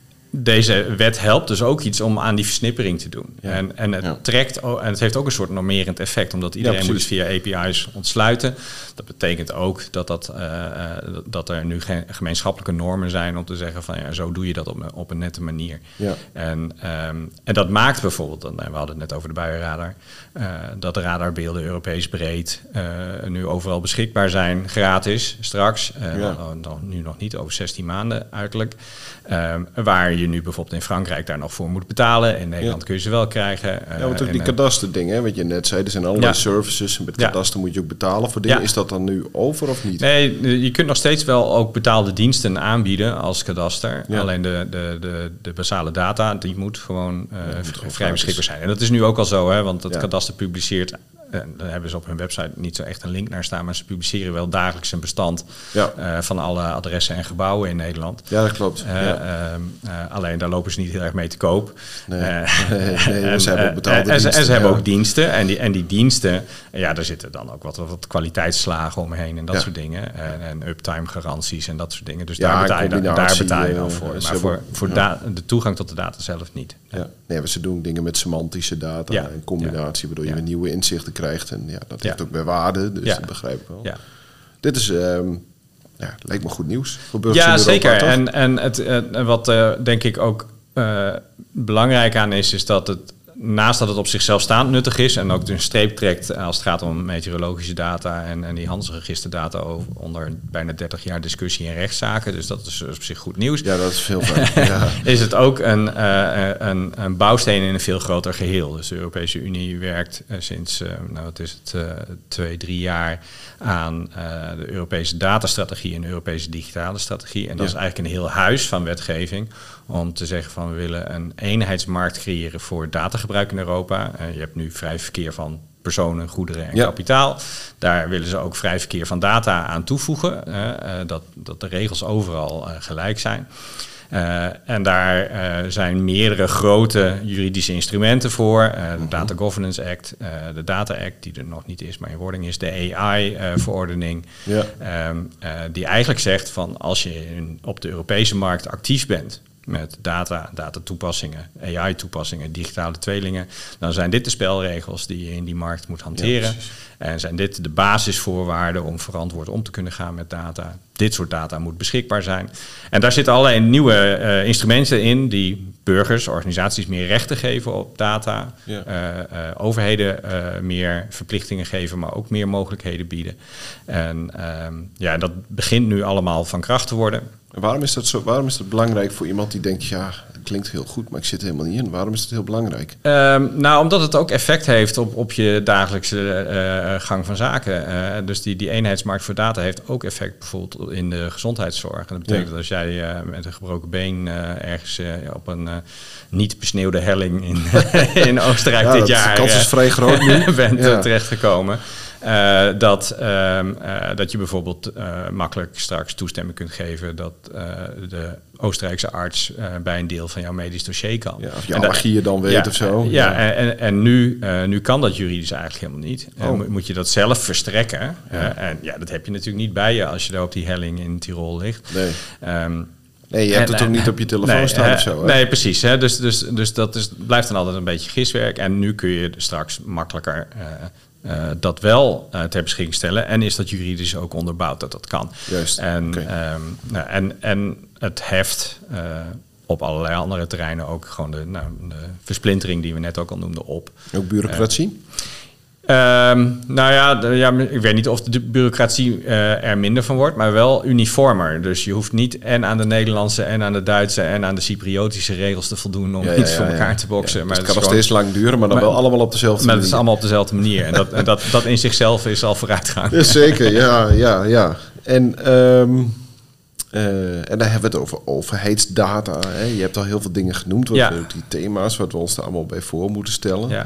Speaker 1: deze wet helpt dus ook iets om aan die versnippering te doen. Ja. En, en, het ja. trekt, en het heeft ook een soort normerend effect, omdat iedereen ja, moet dus via A P I's ontsluiten. Dat betekent ook dat, dat, uh, dat er nu geen gemeenschappelijke normen zijn om te zeggen van ja, zo doe je dat op een, op een nette manier. Ja. En, um, en dat maakt bijvoorbeeld, we hadden het net over de buienradar, uh, dat de radarbeelden Europees breed uh, nu overal beschikbaar zijn, gratis straks. Uh, ja. dan, nu nog niet, over zestien maanden uiterlijk. Um, waar je nu bijvoorbeeld in Frankrijk daar nog voor moet betalen. In Nederland ja. kun je ze wel krijgen. Uh,
Speaker 2: ja, want ook die kadasterdingen, wat je net zei, er zijn allerlei ja. services. En met
Speaker 1: ja.
Speaker 2: kadaster moet je ook betalen voor dingen. Ja. Is dat dan nu over of niet?
Speaker 1: Nee, je kunt nog steeds wel ook betaalde diensten aanbieden als kadaster. Ja. Alleen de, de, de, de basale data, die moet gewoon uh, ja, vrij gratis. beschikbaar zijn. En dat is nu ook al zo, hè, want het ja. kadaster publiceert... En daar hebben ze op hun website niet zo echt een link naar staan, maar ze publiceren wel dagelijks een bestand ja. uh, van alle adressen en gebouwen in Nederland.
Speaker 2: Ja, dat klopt.
Speaker 1: Uh, ja. uh, uh, alleen daar lopen ze niet heel erg mee te koop.
Speaker 2: Nee, uh, nee, nee en, ze hebben ook betaalde
Speaker 1: uh,
Speaker 2: diensten.
Speaker 1: En ze hebben
Speaker 2: ja.
Speaker 1: ook diensten. En die, en die diensten, ja, daar zitten dan ook wat, wat kwaliteitsslagen omheen en dat ja. soort dingen. En, en uptime garanties en dat soort dingen. Dus ja, daar, betaal je, daar betaal je dan voor. Uh, maar voor, voor ja. da- de toegang tot de data zelf niet.
Speaker 2: Ja. Ja. Nee, maar ze doen dingen met semantische data ja. en combinatie, waardoor je ja. weer nieuwe inzichten krijgt. En ja, dat heeft ja. ook weer waarde, dus ja. dat begrijp ik wel. Ja. Dit is, um, ja, lijkt me goed nieuws voor burgers
Speaker 1: ja,
Speaker 2: in Europa,
Speaker 1: zeker.
Speaker 2: toch?
Speaker 1: En, en het, uh, wat uh, denk ik ook uh, belangrijk aan is, is dat het naast dat het op zichzelf staand nuttig is en ook een streep trekt als het gaat om meteorologische data en, en die handelsregisterdata over, onder bijna dertig jaar discussie en rechtszaken. Dus dat is op zich goed nieuws.
Speaker 2: Ja, dat is veel fijn. Ja.
Speaker 1: Is het ook een, uh, een, een bouwsteen in een veel groter geheel. Dus de Europese Unie werkt uh, sinds, uh, nou wat is het, uh, twee, drie jaar aan uh, de Europese datastrategie en de Europese digitale strategie. En dat ja. is eigenlijk een heel huis van wetgeving om te zeggen van we willen een eenheidsmarkt creëren voor datagebruik in Europa. Uh, je hebt nu vrij verkeer van personen, goederen en ja. kapitaal. Daar willen ze ook vrij verkeer van data aan toevoegen. Uh, uh, dat, dat de regels overal uh, gelijk zijn. Uh, en daar uh, zijn meerdere grote juridische instrumenten voor. Uh, de uh-huh. Data Governance Act, uh, de Data Act, die er nog niet is, maar in wording is, de A I-verordening. Uh, ja. um, uh, die eigenlijk zegt van als je in, op de Europese markt actief bent met data, datatoepassingen, A I-toepassingen, digitale tweelingen, dan zijn dit de spelregels die je in die markt moet hanteren. Ja, en zijn dit de basisvoorwaarden om verantwoord om te kunnen gaan met data. Dit soort data moet beschikbaar zijn. En daar zitten allerlei nieuwe uh, instrumenten in die burgers, organisaties meer rechten geven op data. Ja. Uh, uh, overheden uh, meer verplichtingen geven, maar ook meer mogelijkheden bieden. En uh, ja, dat begint nu allemaal van kracht te worden.
Speaker 2: Waarom is dat zo? Waarom is dat belangrijk voor iemand die denkt, ja, het klinkt heel goed, maar ik zit er helemaal niet in. Waarom is het heel belangrijk?
Speaker 1: Um, nou, omdat het ook effect heeft op, op je dagelijkse uh, gang van zaken. Uh, dus die, die eenheidsmarkt voor data heeft ook effect bijvoorbeeld in de gezondheidszorg. En dat betekent ja. dat als jij uh, met een gebroken been uh, ergens uh, op een uh, niet besneeuwde helling in, in Oostenrijk ja, dit jaar...
Speaker 2: De kans is vrij groot nu.
Speaker 1: bent
Speaker 2: ja.
Speaker 1: terechtgekomen. Uh, dat, uh, uh, dat je bijvoorbeeld uh, makkelijk straks toestemming kunt geven dat uh, de Oostenrijkse arts uh, bij een deel van jouw medisch dossier kan.
Speaker 2: Ja, of je allergieën dan weet
Speaker 1: ja,
Speaker 2: of zo.
Speaker 1: Ja, ja. en, en nu, uh, nu kan dat juridisch eigenlijk helemaal niet. Oh. Uh, moet je dat zelf verstrekken. Ja. Uh, en ja, dat heb je natuurlijk niet bij je als je daar op die helling in Tirol ligt.
Speaker 2: Nee.
Speaker 1: Um,
Speaker 2: Nee, je hebt en, het ook niet op je telefoon
Speaker 1: nee,
Speaker 2: staan
Speaker 1: uh,
Speaker 2: of zo. Hè?
Speaker 1: Nee, precies. Hè? Dus, dus, dus dat is, blijft dan altijd een beetje giswerk. En nu kun je straks makkelijker uh, uh, dat wel uh, ter beschikking stellen. En is dat juridisch ook onderbouwd dat dat kan.
Speaker 2: Juist.
Speaker 1: En,
Speaker 2: okay.
Speaker 1: um, nou, en, en het heft uh, op allerlei andere terreinen ook gewoon de, nou, de versplintering die we net ook al noemden op.
Speaker 2: Ook bureaucratie? Uh,
Speaker 1: Um, nou ja, de, ja, ik weet niet of de bureaucratie uh, er minder van wordt, maar wel uniformer. Dus je hoeft niet en aan de Nederlandse en aan de Duitse en aan de Cypriotische regels te voldoen om ja, iets ja, ja, voor elkaar ja. te boksen.
Speaker 2: Ja,
Speaker 1: maar
Speaker 2: het
Speaker 1: het
Speaker 2: kan nog steeds lang duren, maar dan maar, wel allemaal op dezelfde
Speaker 1: maar
Speaker 2: manier.
Speaker 1: Maar het is allemaal op dezelfde manier. En dat, en dat, dat in zichzelf is al vooruitgang.
Speaker 2: Ja, zeker, ja, ja, ja. En, um, uh, en dan hebben we het over overheidsdata. Hè. Je hebt al heel veel dingen genoemd, wat
Speaker 1: ja.
Speaker 2: we, die thema's, wat we ons daar allemaal bij voor moeten stellen.
Speaker 1: Ja.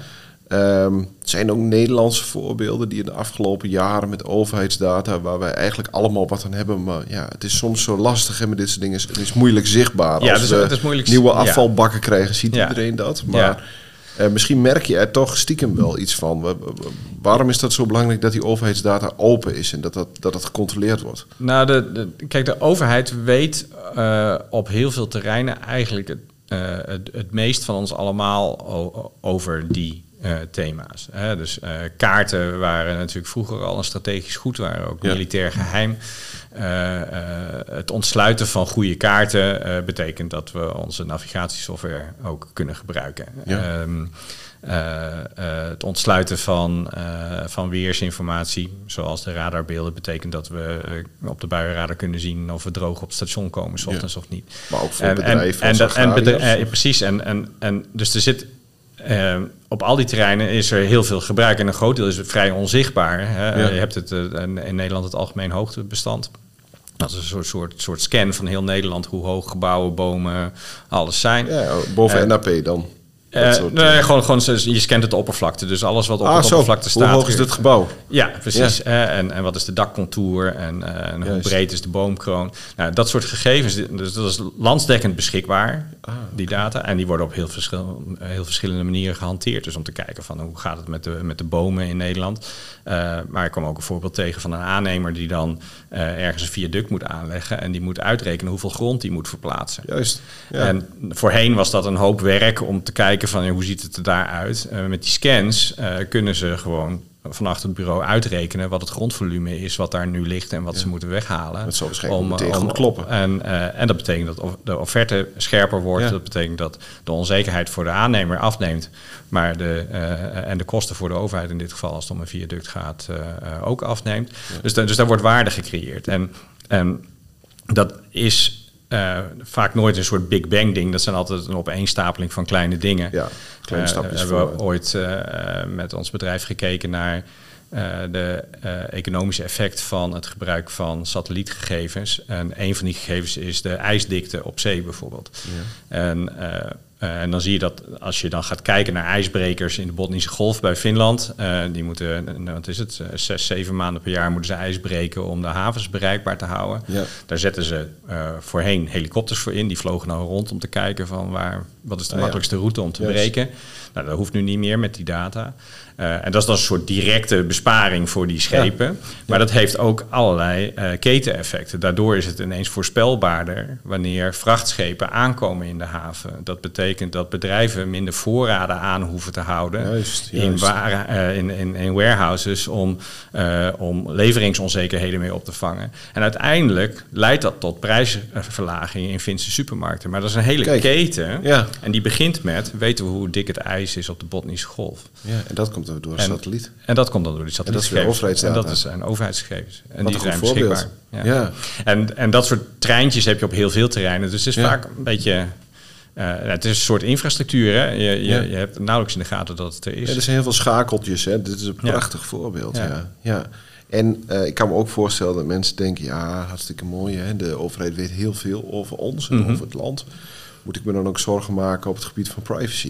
Speaker 2: Um, zijn ook Nederlandse voorbeelden die in de afgelopen jaren met overheidsdata, waar wij eigenlijk allemaal wat aan hebben, maar ja, het is soms zo lastig hè, met dit soort dingen. Het is moeilijk zichtbaar.
Speaker 1: Ja,
Speaker 2: Als
Speaker 1: dus,
Speaker 2: we
Speaker 1: het is moeilijk
Speaker 2: nieuwe afvalbakken ja. krijgen, ziet
Speaker 1: ja.
Speaker 2: iedereen dat. Maar
Speaker 1: ja.
Speaker 2: uh, misschien merk je er toch stiekem wel iets van. Waarom is dat zo belangrijk dat die overheidsdata open is en dat dat, dat, dat gecontroleerd wordt?
Speaker 1: Nou, de, de, kijk, de overheid weet uh, op heel veel terreinen eigenlijk het, uh, het, het meest van ons allemaal o- over die Uh, thema's. Hè. Dus uh, kaarten waren natuurlijk vroeger al een strategisch goed, waren ook ja. militair geheim. Uh, uh, het ontsluiten van goede kaarten uh, betekent dat we onze navigatiesoftware ook kunnen gebruiken. Ja. Um, uh, uh, het ontsluiten van, uh, van weersinformatie, zoals de radarbeelden, betekent dat we uh, op de buienradar kunnen zien of we droog op het station komen, 's ochtends ja. of niet.
Speaker 2: Maar ook voor
Speaker 1: en,
Speaker 2: bedrijven
Speaker 1: en,
Speaker 2: als
Speaker 1: en, en bedrijf,
Speaker 2: uh,
Speaker 1: Precies. En, en, en dus er zit Uh, op al die terreinen is er heel veel gebruik en een groot deel is vrij onzichtbaar. Hè. Ja. Je hebt het, uh, in Nederland het algemeen hoogtebestand. Dat is een soort, soort, soort scan van heel Nederland, hoe hoog gebouwen, bomen, alles zijn.
Speaker 2: Ja, boven uh, N A P dan?
Speaker 1: Uh, soort, nee, uh, gewoon, gewoon, je scant het oppervlakte. Dus alles wat op
Speaker 2: ah,
Speaker 1: het
Speaker 2: zo.
Speaker 1: oppervlakte staat.
Speaker 2: Hoe hoog is dit gebouw?
Speaker 1: Ja, precies.
Speaker 2: Ja.
Speaker 1: Uh, en, en wat is de dakcontour en, uh, en hoe breed is de boomkroon. Nou, dat soort gegevens, dus dat is landsdekkend beschikbaar, ah, die data. En die worden op heel, verschil, heel verschillende manieren gehanteerd. Dus om te kijken van hoe gaat het met de, met de bomen in Nederland. Uh, maar ik kwam ook een voorbeeld tegen van een aannemer die dan uh, ergens een viaduct moet aanleggen. En die moet uitrekenen hoeveel grond die moet verplaatsen.
Speaker 2: Juist. Ja.
Speaker 1: En voorheen was dat een hoop werk om te kijken van ja, hoe ziet het er daaruit. Uh, met die scans uh, kunnen ze gewoon van achter het bureau uitrekenen wat het grondvolume is, wat daar nu ligt en wat ja. ze moeten weghalen.
Speaker 2: Dat zal waarschijnlijk
Speaker 1: om,
Speaker 2: meteen
Speaker 1: om,
Speaker 2: goed kloppen.
Speaker 1: En, uh, en dat betekent dat de offerte scherper wordt. Ja. Dat betekent dat de onzekerheid voor de aannemer afneemt. Maar de, uh, en de kosten voor de overheid in dit geval, als het om een viaduct gaat, uh, uh, ook afneemt. Ja. Dus, dus daar wordt waarde gecreëerd. En, en dat is Uh, vaak nooit een soort Big Bang ding. Dat zijn altijd een opeenstapeling van kleine dingen.
Speaker 2: Ja, kleine stapjes.
Speaker 1: Uh, hebben we ooit uh, met ons bedrijf gekeken naar uh, de uh, economische effect van het gebruik van satellietgegevens. En een van die gegevens is de ijsdikte op zee bijvoorbeeld. Ja. En uh, Uh, en dan zie je dat als je dan gaat kijken naar ijsbrekers in de Botnische Golf bij Finland. Uh, die moeten, uh, wat is het, uh, zes, zeven maanden per jaar moeten ze ijs breken om de havens bereikbaar te houden. Ja. Daar zetten ze uh, voorheen helikopters voor in. Die vlogen dan rond om te kijken van waar, wat is de ah, makkelijkste ja. route om te yes. breken. Nou, dat hoeft nu niet meer met die data. Uh, en dat is dan een soort directe besparing voor die schepen. Ja. Maar dat heeft ook allerlei uh, keteneffecten. Daardoor is het ineens voorspelbaarder wanneer vrachtschepen aankomen in de haven. Dat betekent dat bedrijven minder voorraden aan hoeven te houden juist, juist. In, waren, uh, in, in, in warehouses om, uh, om leveringsonzekerheden mee op te vangen. En uiteindelijk leidt dat tot prijsverlagingen in Finse supermarkten. Maar dat is een hele Kijk, keten. Ja. En die begint met, weten we hoe dik het ijs is op de Botnische Golf.
Speaker 2: Ja, en dat komt door een satelliet.
Speaker 1: En dat komt dan door die satellietgegevens.
Speaker 2: En
Speaker 1: dat zijn overheidsgegevens. En
Speaker 2: Wat
Speaker 1: die zijn beschikbaar. Ja. Ja. En, en dat soort treintjes heb je op heel veel terreinen. Dus het is ja. vaak een beetje... Uh, het is een soort infrastructuur. Hè? Je, je, ja. je hebt nauwelijks in de gaten dat het er is.
Speaker 2: Ja, er zijn heel veel schakeltjes. Hè? Dit is een prachtig ja. voorbeeld. Ja. Ja. Ja. En uh, ik kan me ook voorstellen dat mensen denken... ja, hartstikke mooi. Hè? De overheid weet heel veel over ons en mm-hmm. over het land. Moet ik me dan ook zorgen maken op het gebied van privacy?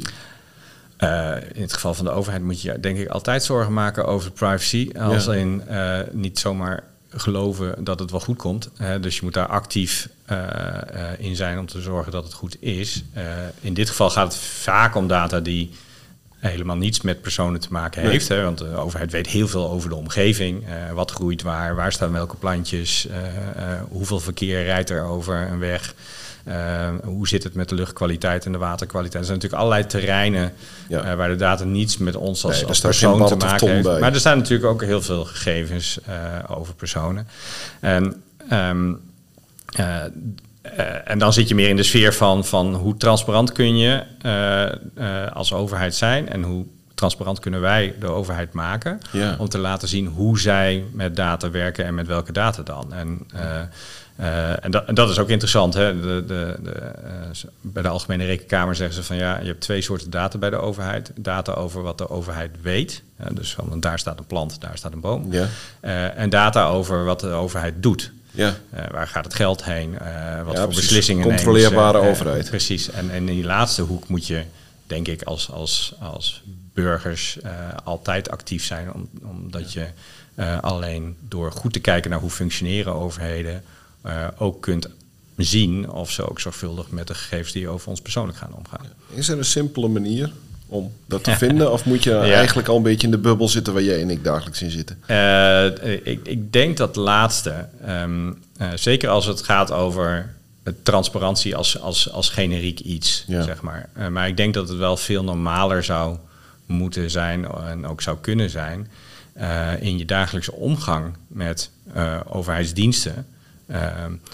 Speaker 1: Uh, in het geval van de overheid moet je denk ik altijd zorgen maken over privacy. Als ja. in uh, niet zomaar geloven dat het wel goed komt. Hè? Dus je moet daar actief uh, uh, in zijn om te zorgen dat het goed is. Uh, in dit geval gaat het vaak om data die helemaal niets met personen te maken heeft. Nee. Hè? Want de overheid weet heel veel over de omgeving. Uh, wat groeit waar, waar staan welke plantjes, uh, uh, hoeveel verkeer rijdt er over een weg. Uh, hoe zit het met de luchtkwaliteit en de waterkwaliteit? Er zijn natuurlijk allerlei terreinen ja. uh, waar de data niets met ons als, nee, als persoon te maken heeft. Bij. Maar er zijn natuurlijk ook heel veel gegevens uh, over personen. En, um, uh, uh, en dan zit je meer in de sfeer van, van hoe transparant kun je uh, uh, als overheid zijn en hoe transparant kunnen wij de overheid maken ja. om te laten zien hoe zij met data werken en met welke data dan. En uh, Uh, en, dat, en dat is ook interessant. Hè? De, de, de, uh, bij de Algemene Rekenkamer zeggen ze van ja, je hebt twee soorten data bij de overheid. Data over wat de overheid weet Uh, dus van daar staat een plant, daar staat een boom.
Speaker 2: Ja.
Speaker 1: Uh, en data over wat de overheid doet.
Speaker 2: Ja.
Speaker 1: Uh, waar gaat het geld heen? Uh, wat
Speaker 2: ja,
Speaker 1: voor
Speaker 2: precies.
Speaker 1: beslissingen
Speaker 2: Controleerbare
Speaker 1: nemen ze?
Speaker 2: overheid.
Speaker 1: Uh, precies. En, en in die laatste hoek moet je, denk ik, als, als, als burgers uh, altijd actief zijn. Om, omdat je uh, alleen door goed te kijken naar hoe functioneren overheden uh, ook kunt zien of ze ook zorgvuldig met de gegevens die over ons persoonlijk gaan omgaan.
Speaker 2: Is er een simpele manier om dat te vinden? Of moet je
Speaker 1: ja.
Speaker 2: eigenlijk al een beetje in de bubbel zitten waar jij en ik dagelijks in zitten?
Speaker 1: Uh, ik, ik denk dat laatste, um, uh, zeker als het gaat over transparantie als, als, als generiek iets, ja. zeg maar. Uh, maar ik denk dat het wel veel normaler zou moeten zijn en ook zou kunnen zijn uh, in je dagelijkse omgang met uh, overheidsdiensten. Uh,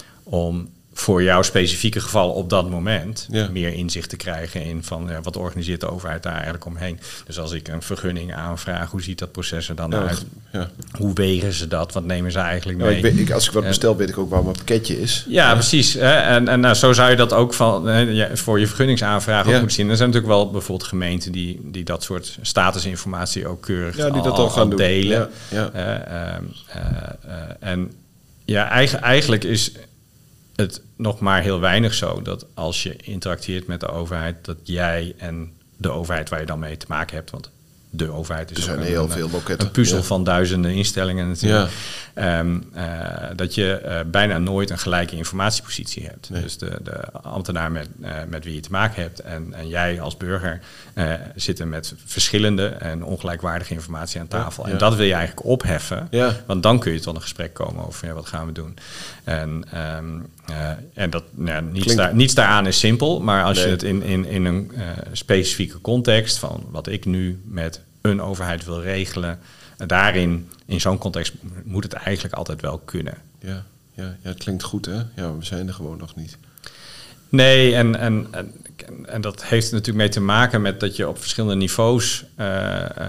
Speaker 1: om voor jouw specifieke geval op dat moment ja. meer inzicht te krijgen in van ja, wat organiseert de overheid daar eigenlijk omheen. Dus als ik een vergunning aanvraag, hoe ziet dat proces er dan ja, uit? Ja. Hoe wegen ze dat? Wat nemen ze eigenlijk mee?
Speaker 2: Ja, ik weet, ik, als ik wat bestel, weet ik ook waar mijn pakketje is.
Speaker 1: Ja, ja. precies. Hè? En, en nou, zo zou je dat ook van, hè, voor je vergunningsaanvraag ja. ook moeten zien. Er zijn natuurlijk wel bijvoorbeeld gemeenten die, die dat soort statusinformatie ook keurig
Speaker 2: ja, die dat
Speaker 1: al,
Speaker 2: al gaan
Speaker 1: al delen.
Speaker 2: Ja. Ja.
Speaker 1: Uh, uh, uh, en ja, eigenlijk, eigenlijk is het nog maar heel weinig zo dat als je interacteert met de overheid, dat jij en de overheid waar je dan mee te maken hebt, want de overheid is
Speaker 2: er zijn
Speaker 1: ook
Speaker 2: heel
Speaker 1: een,
Speaker 2: veel loketten.
Speaker 1: een puzzel
Speaker 2: ja.
Speaker 1: van duizenden instellingen natuurlijk. Ja. Um, uh, dat je uh, bijna nooit een gelijke informatiepositie hebt. Nee. Dus de, de ambtenaar met, uh, met wie je te maken hebt en, en jij als burger uh, zitten met verschillende en ongelijkwaardige informatie aan tafel. Ja. En dat wil je eigenlijk opheffen, ja. want dan kun je tot een gesprek komen over ja, wat gaan we doen. En, um, uh, en dat, nou, niets, daar, niets daaraan is simpel, maar als nee. je het in, in, in een uh, specifieke context van wat ik nu met een overheid wil regelen, daarin, in zo'n context, moet het eigenlijk altijd wel kunnen.
Speaker 2: Ja, ja, ja, het klinkt goed, hè? Ja, we zijn er gewoon nog niet.
Speaker 1: Nee, en, en, en, en dat heeft er natuurlijk mee te maken met dat je op verschillende niveaus uh, uh,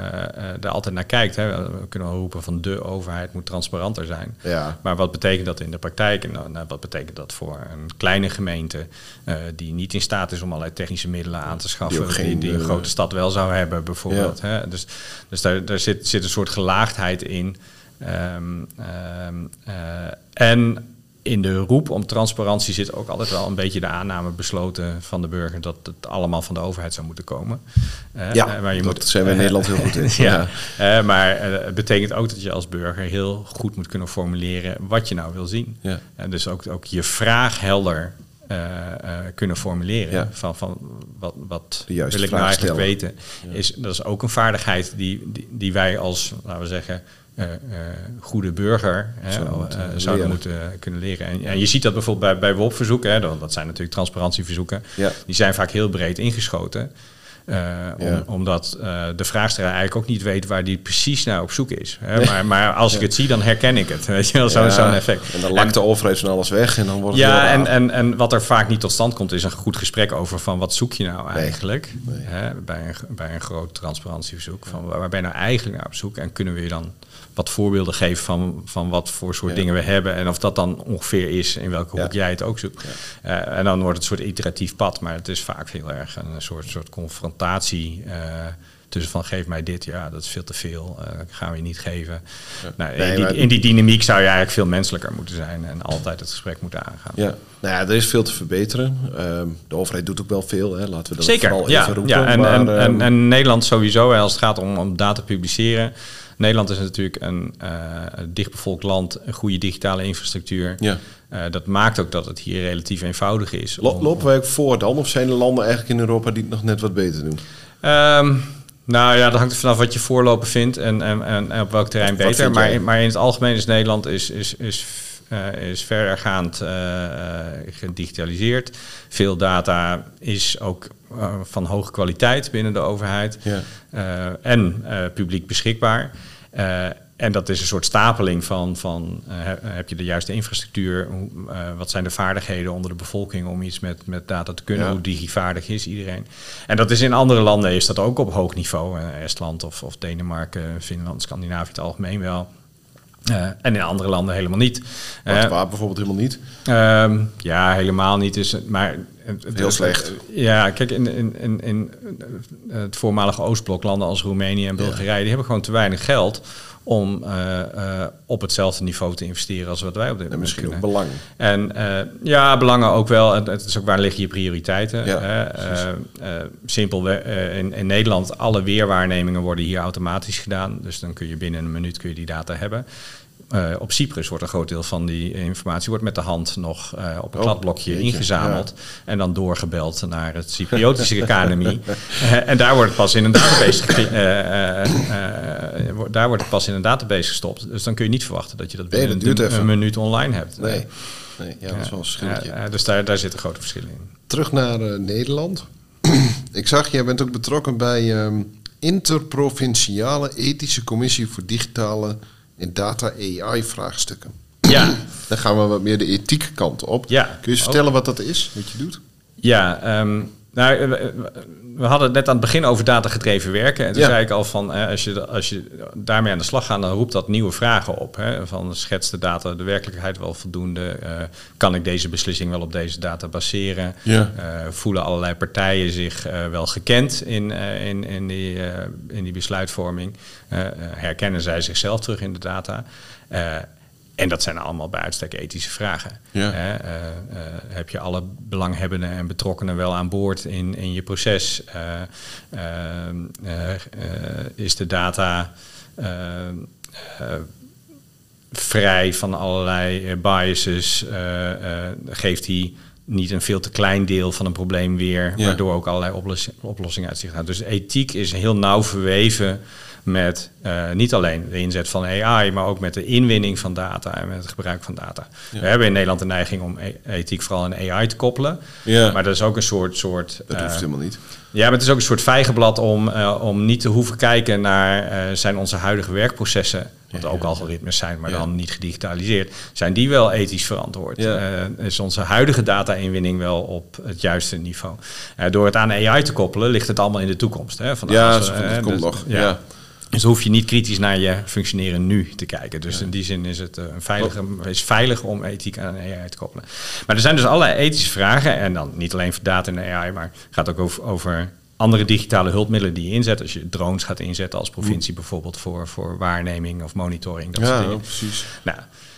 Speaker 1: er altijd naar kijkt. Hè. We kunnen wel roepen van de overheid moet transparanter zijn.
Speaker 2: Ja.
Speaker 1: Maar wat betekent dat in de praktijk? En nou, wat betekent dat voor een kleine gemeente uh, die niet in staat is om allerlei technische middelen aan te schaffen, die, geen, die, die een uh, grote stad wel zou hebben bijvoorbeeld. Ja. Hè. Dus, dus daar, daar zit, zit een soort gelaagdheid in. Um, um, uh, en in de roep om transparantie zit ook altijd wel een beetje de aanname besloten van de burger dat het allemaal van de overheid zou moeten komen. Uh,
Speaker 2: ja,
Speaker 1: maar je
Speaker 2: dat
Speaker 1: moet,
Speaker 2: zijn we in uh, Nederland heel goed in.
Speaker 1: ja, ja. Uh, maar uh, het betekent ook dat je als burger heel goed moet kunnen formuleren wat je nou wil zien. Ja. Uh, dus ook, ook je vraag helder uh, uh, kunnen formuleren. Ja. Van, van wat, wat wil ik nou eigenlijk stellen. weten. Ja. Is, dat is ook een vaardigheid die, die, die wij als, laten we zeggen, Uh, uh, goede burger hè, Zo, uh, zouden leren. moeten uh, kunnen leren. En, en je ziet dat bijvoorbeeld bij, bij W O P-verzoeken, hè, dat, dat zijn natuurlijk transparantieverzoeken, ja. die zijn vaak heel breed ingeschoten. Uh, om, ja. Omdat uh, de vraagsteller eigenlijk ook niet weet waar die precies naar op zoek is. Hè. Nee. Maar, maar als ja. ik het zie, dan herken ik het. Weet je wel, zo, ja. zo'n effect.
Speaker 2: En dan lakt de overheid van alles weg en dan wordt het
Speaker 1: ja,
Speaker 2: heel
Speaker 1: en, en, en wat er vaak niet tot stand komt, is een goed gesprek over van wat zoek je nou eigenlijk nee. Nee. Hè, bij, een, bij een groot transparantieverzoek. Van waar ben je nou eigenlijk naar op zoek en kunnen we je dan wat voorbeelden geven van, van wat voor soort ja. dingen we hebben en of dat dan ongeveer is in welke hoek ja. jij het ook zoekt. Ja. Uh, en dan wordt het een soort iteratief pad, maar het is vaak heel erg een soort, soort confrontatie uh, tussen van geef mij dit, ja dat is veel te veel, uh, gaan we je niet geven. Ja. Nou, nee, in, die, in die dynamiek zou je eigenlijk veel menselijker moeten zijn en altijd het gesprek moeten aangaan.
Speaker 2: Ja. Nou ja, er is veel te verbeteren. Um, de overheid doet ook wel veel, hè. Laten we dat
Speaker 1: Zeker,
Speaker 2: vooral
Speaker 1: ja,
Speaker 2: even roepen.
Speaker 1: Ja, en,
Speaker 2: maar,
Speaker 1: en,
Speaker 2: um,
Speaker 1: en, en Nederland sowieso, hè, als het gaat om, om data publiceren. Nederland is natuurlijk een uh, dichtbevolkt land, een goede digitale infrastructuur. Ja. Uh, dat maakt ook dat het hier relatief eenvoudig is.
Speaker 2: Om, Lopen wij ook voor dan? Of zijn er landen eigenlijk in Europa die het nog net wat beter doen?
Speaker 1: Um, nou ja, dat hangt er vanaf wat je voorlopen vindt en, en, en, en op welk terrein wat, beter. Wat maar, in, maar in het algemeen is Nederland is, is, is, uh, is verdergaand uh, gedigitaliseerd. Veel data is ook uh, van hoge kwaliteit binnen de overheid. Ja. Uh, en uh, publiek beschikbaar. Uh, en dat is een soort stapeling van, van uh, heb je de juiste infrastructuur? Uh, wat zijn de vaardigheden onder de bevolking om iets met, met data te kunnen? Ja. Hoe digivaardig is iedereen? En dat is in andere landen is dat ook op hoog niveau. Uh, Estland of, of Denemarken, Finland, Scandinavië in het algemeen wel. Uh, en in andere landen helemaal niet.
Speaker 2: Wat, uh, waar bijvoorbeeld helemaal niet?
Speaker 1: Uh, ja, helemaal niet. Dus, maar
Speaker 2: Heel slecht.
Speaker 1: Ja, kijk, in, in, in, in het voormalige Oostblok, landen als Roemenië en Bulgarije, ja. die hebben gewoon te weinig geld om uh, uh, op hetzelfde niveau te investeren als wat wij op dit moment
Speaker 2: misschien
Speaker 1: kunnen.
Speaker 2: ook belang.
Speaker 1: En uh, ja, belangen ook wel. Het is ook waar liggen je prioriteiten.
Speaker 2: Ja,
Speaker 1: uh, uh, uh, simpel, uh, in, in Nederland, alle weerwaarnemingen worden hier automatisch gedaan. Dus dan kun je binnen een minuut kun je die data hebben. Uh, op Cyprus wordt een groot deel van die informatie wordt met de hand nog uh, op een oh, kladblokje jeetje, ingezameld. Ja. En dan doorgebeld naar het Cypriotische K N M I. uh, en daar wordt het pas in een database ge- uh, uh, uh, daar wordt het pas in een database gestopt. Dus dan kun je niet verwachten dat je dat binnen nee, dat een, een minuut online hebt.
Speaker 2: Nee, nee ja, dat is wel een verschilletje.
Speaker 1: Uh, uh, dus daar, daar zitten grote verschillen in.
Speaker 2: Terug naar uh, Nederland. Ik zag, jij bent ook betrokken bij um, Interprovinciale Ethische Commissie voor Digitale en Data A I-vraagstukken.
Speaker 1: Ja.
Speaker 2: Dan gaan we wat meer de ethiek kant op.
Speaker 1: Ja.
Speaker 2: Kun je eens vertellen wat dat is, wat je doet?
Speaker 1: Ja, um, nou, we hadden het net aan het begin over datagedreven werken. En toen ja. zei ik al van, eh, als, je, als je daarmee aan de slag gaat, dan roept dat nieuwe vragen op. Hè? Van, schets de data de werkelijkheid wel voldoende? Uh, kan ik deze beslissing wel op deze data baseren?
Speaker 2: Ja.
Speaker 1: Uh, voelen allerlei partijen zich uh, wel gekend in, uh, in, in, die, uh, in die besluitvorming? Uh, uh, herkennen zij zichzelf terug in de data? Uh, En dat zijn allemaal bij uitstek ethische vragen.
Speaker 2: Ja.
Speaker 1: Uh, uh, uh, heb je alle belanghebbenden en betrokkenen wel aan boord in, in je proces? Uh, uh, uh, uh, is de data uh, uh, vrij van allerlei uh, biases? Uh, uh, geeft die niet een veel te klein deel van een probleem weer, ja. waardoor ook allerlei oplos- oplossingen uit zich gaan? Dus ethiek is heel nauw verweven met uh, niet alleen de inzet van A I, maar ook met de inwinning van data en met het gebruik van data. Ja. We hebben in Nederland de neiging om e- ethiek vooral aan A I te koppelen. Ja. Maar dat is ook een soort... soort
Speaker 2: dat hoeft uh, helemaal niet.
Speaker 1: Ja, maar het is ook een soort vijgenblad om, uh, om niet te hoeven kijken naar... Uh, zijn onze huidige werkprocessen, wat ja, ook ja, algoritmes zijn, maar ja. dan niet gedigitaliseerd, zijn die wel ethisch verantwoord? Ja. Uh, is onze huidige data-inwinning wel op het juiste niveau? Uh, door het aan A I te koppelen, ligt het allemaal in de toekomst. Hè? Van
Speaker 2: ja,
Speaker 1: als,
Speaker 2: dat
Speaker 1: uh,
Speaker 2: komt
Speaker 1: dus,
Speaker 2: nog.
Speaker 1: Ja. Ja. Dus dan hoef je niet kritisch naar je functioneren nu te kijken. Dus ja. in die zin is het een veilige, is veilig om ethiek aan een A I te koppelen. Maar er zijn dus allerlei ethische vragen. En dan niet alleen voor data en A I, maar het gaat ook over, over andere digitale hulpmiddelen die je inzet. Als je drones gaat inzetten als provincie bijvoorbeeld voor, voor waarneming of monitoring. Dat
Speaker 2: ja,
Speaker 1: soort dingen.
Speaker 2: precies.
Speaker 1: Nou,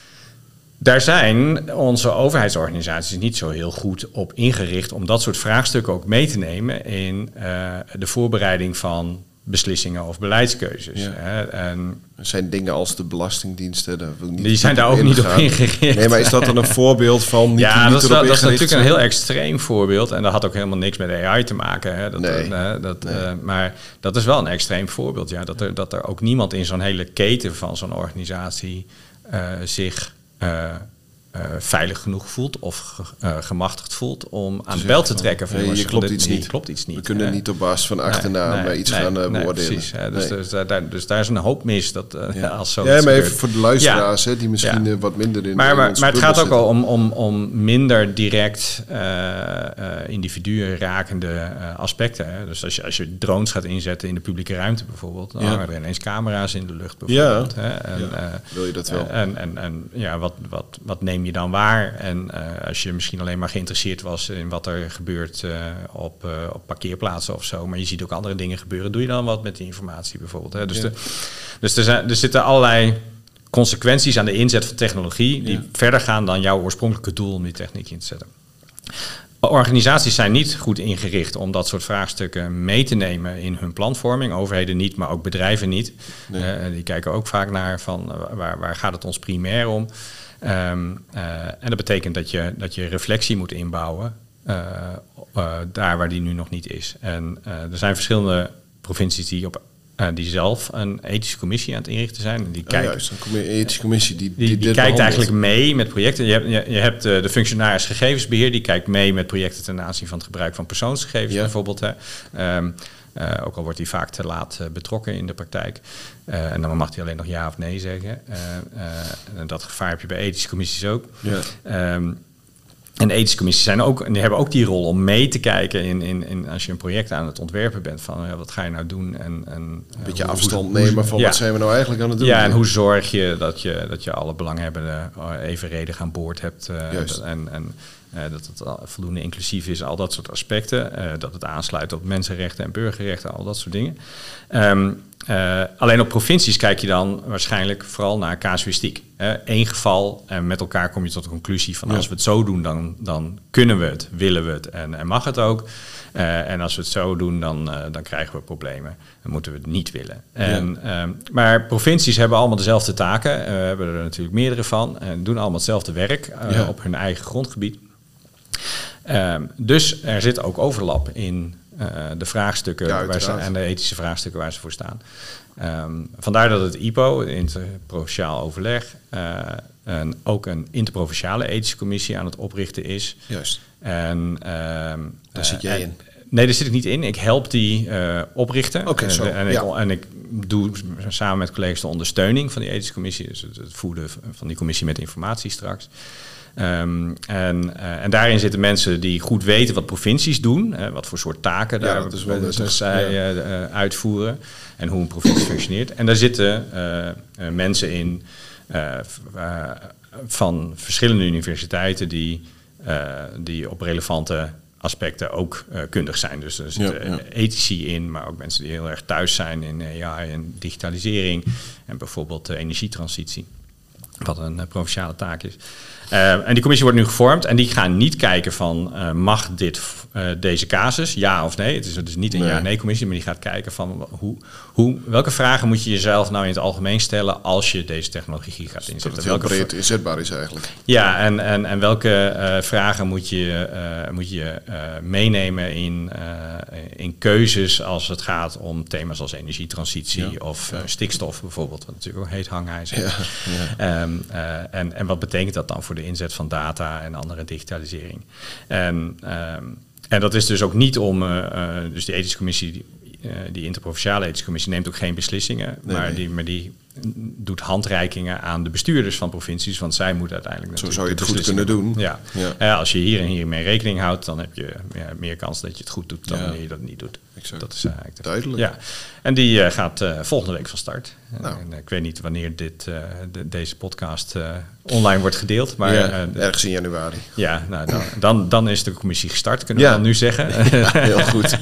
Speaker 1: daar zijn onze overheidsorganisaties niet zo heel goed op ingericht om dat soort vraagstukken ook mee te nemen in uh, de voorbereiding van beslissingen of beleidskeuzes.
Speaker 2: Ja.
Speaker 1: Hè. En
Speaker 2: er zijn dingen als de belastingdiensten. Daar wil ik niet
Speaker 1: die zijn daar ook niet op ingericht.
Speaker 2: Nee, maar is dat dan een voorbeeld van niet,
Speaker 1: ja,
Speaker 2: niet
Speaker 1: dat is, wel, dat is natuurlijk
Speaker 2: zijn?
Speaker 1: een heel extreem voorbeeld. En dat had ook helemaal niks met A I te maken. Hè. Dat,
Speaker 2: nee.
Speaker 1: uh, dat,
Speaker 2: nee.
Speaker 1: uh, maar dat is wel een extreem voorbeeld. Ja. Dat, er, dat er ook niemand in zo'n hele keten van zo'n organisatie uh, zich Uh, Uh, veilig genoeg voelt of ge, uh, gemachtigd voelt om aan de bel te trekken.
Speaker 2: Van, nee, je klopt iets niet.
Speaker 1: klopt iets niet.
Speaker 2: We kunnen
Speaker 1: uh,
Speaker 2: niet op basis van achternaam nee, nee, iets
Speaker 1: nee,
Speaker 2: gaan uh,
Speaker 1: nee,
Speaker 2: beoordelen.
Speaker 1: Precies, uh, dus,
Speaker 2: nee.
Speaker 1: dus, uh, daar, dus daar is een hoop mis. Dat, uh,
Speaker 2: ja.
Speaker 1: als zo
Speaker 2: ja, maar even
Speaker 1: gebeurt.
Speaker 2: voor de luisteraars
Speaker 1: ja.
Speaker 2: hè, die misschien
Speaker 1: ja.
Speaker 2: uh, wat minder in
Speaker 1: Maar,
Speaker 2: in
Speaker 1: maar, maar het gaat ook
Speaker 2: zitten.
Speaker 1: al om, om, om minder direct uh, uh, individuen rakende uh, aspecten. Hè. Dus als je, als je drones gaat inzetten in de publieke ruimte bijvoorbeeld, dan ja. hangen er ineens camera's in de lucht bijvoorbeeld.
Speaker 2: Ja.
Speaker 1: Hè. En,
Speaker 2: ja.
Speaker 1: uh,
Speaker 2: wil je dat wel?
Speaker 1: Uh, en en, en ja, wat, wat, wat neem je dan waar? En uh, als je misschien alleen maar geïnteresseerd was in wat er gebeurt uh, op, uh, op parkeerplaatsen of zo, maar je ziet ook andere dingen gebeuren, doe je dan wat met die informatie bijvoorbeeld. Hè? Dus, ja. de, dus er, zijn, er zitten allerlei consequenties aan de inzet van technologie die ja. verder gaan dan jouw oorspronkelijke doel om die techniek in te zetten. Organisaties zijn niet goed ingericht om dat soort vraagstukken mee te nemen in hun planvorming. Overheden niet, maar ook bedrijven niet. Nee. Uh, die kijken ook vaak naar van uh, waar, waar gaat het ons primair om. Um, uh, en dat betekent dat je, dat je reflectie moet inbouwen uh, uh, daar waar die nu nog niet is. En uh, er zijn verschillende provincies die, op, uh, die zelf een ethische commissie aan het inrichten zijn. En die
Speaker 2: oh,
Speaker 1: kijken,
Speaker 2: juist, een ethische commissie die,
Speaker 1: die,
Speaker 2: die,
Speaker 1: die kijkt eigenlijk mee met projecten. Je hebt, je, je hebt uh, de functionaris gegevensbeheer, die kijkt mee met projecten ten aanzien van het gebruik van persoonsgegevens ja. bijvoorbeeld. Hè. Um, Uh, ook al wordt hij vaak te laat uh, betrokken in de praktijk. Uh, en dan mag hij alleen nog ja of nee zeggen. Uh, uh, en dat gevaar heb je bij ethische commissies ook.
Speaker 2: Ja.
Speaker 1: Um, En de ethische commissies zijn ook, en die hebben ook die rol om mee te kijken in, in, in als je een project aan het ontwerpen bent van ja, wat ga je nou doen en, en
Speaker 2: een beetje
Speaker 1: hoe,
Speaker 2: afstand
Speaker 1: hoe,
Speaker 2: nemen van
Speaker 1: ja.
Speaker 2: wat zijn we nou eigenlijk aan het doen.
Speaker 1: Ja, en hoe zorg je dat je, dat je alle belanghebbenden evenredig aan boord hebt uh, en, en uh, dat het voldoende inclusief is, al dat soort aspecten, uh, dat het aansluit op mensenrechten en burgerrechten, al dat soort dingen. Um, Uh, alleen op provincies kijk je dan waarschijnlijk vooral naar casuïstiek. Eén uh, geval en met elkaar kom je tot de conclusie van ja. als we het zo doen, dan, dan kunnen we het, willen we het en, en mag het ook. Uh, en als we het zo doen, dan, uh, dan krijgen we problemen. Dan moeten we het niet willen. En, ja. um, maar provincies hebben allemaal dezelfde taken. Uh, we hebben er natuurlijk meerdere van en doen allemaal hetzelfde werk uh, ja. op hun eigen grondgebied. Um, dus er zit ook overlap in uh, de vraagstukken
Speaker 2: ja,
Speaker 1: waar ze, en de ethische vraagstukken waar ze voor staan. Um, vandaar dat het I P O, interprovinciaal overleg, uh, en ook een interprovinciale ethische commissie aan het oprichten is.
Speaker 2: Juist.
Speaker 1: En, um,
Speaker 2: daar uh, zit jij in?
Speaker 1: Nee, daar zit ik niet in. Ik help die uh, oprichten.
Speaker 2: Oké, okay, zo.
Speaker 1: En, en,
Speaker 2: ja.
Speaker 1: ik, en ik doe samen met collega's de ondersteuning van die ethische commissie. Dus het, het voeden van die commissie met informatie straks. Um, en, uh, en daarin zitten mensen die goed weten wat provincies doen, uh, wat voor soort taken
Speaker 2: ja,
Speaker 1: daar
Speaker 2: dat is wel dat
Speaker 1: zij ja. uh, uitvoeren en hoe een provincie functioneert. En daar zitten uh, uh, mensen in uh, uh, van verschillende universiteiten die, uh, die op relevante aspecten ook uh, kundig zijn. Dus er zitten ja, ja. ethici in, maar ook mensen die heel erg thuis zijn in A I en digitalisering en bijvoorbeeld uh, energietransitie, wat een uh, provinciale taak is. Uh, en die commissie wordt nu gevormd en die gaan niet kijken van uh, mag dit, uh, deze casus, ja of nee. Het is dus niet een nee. ja-nee commissie, maar die gaat kijken van hoe, hoe, welke vragen moet je jezelf nou in het algemeen stellen als je deze technologie gaat inzetten.
Speaker 2: Dat het heel breed inzetbaar is eigenlijk.
Speaker 1: Ja, en, en, en welke uh, vragen moet je, uh, moet je uh, meenemen in, uh, in keuzes als het gaat om thema's als energietransitie ja. of uh, stikstof bijvoorbeeld, wat natuurlijk ook heet hangijzer. Ja. Ja. Um, uh, en, en wat betekent dat dan voor de inzet van data en andere digitalisering? En, um, en dat is dus ook niet om, uh, uh, dus die ethische commissie, die, uh, die interprovinciale ethische commissie neemt ook geen beslissingen, nee, maar, nee. Die, maar die doet handreikingen aan de bestuurders van provincies, want zij moeten uiteindelijk
Speaker 2: zo zou je het goed kunnen doen.
Speaker 1: Ja. Ja. Uh, als je hier en hier mee rekening houdt, dan heb je ja, meer kans dat je het goed doet dan ja. wanneer je dat niet doet.
Speaker 2: Exact.
Speaker 1: Dat is uh, eigenlijk
Speaker 2: duidelijk.
Speaker 1: Ja. En die uh, gaat uh, volgende week van start.
Speaker 2: Nou.
Speaker 1: En, uh, ik weet niet wanneer dit, uh, de, deze podcast uh, online wordt gedeeld, maar
Speaker 2: ja,
Speaker 1: uh,
Speaker 2: ergens in januari.
Speaker 1: Ja, nou, dan, dan, dan is de commissie gestart, kunnen ja. we dan nu zeggen.
Speaker 2: Ja, heel goed.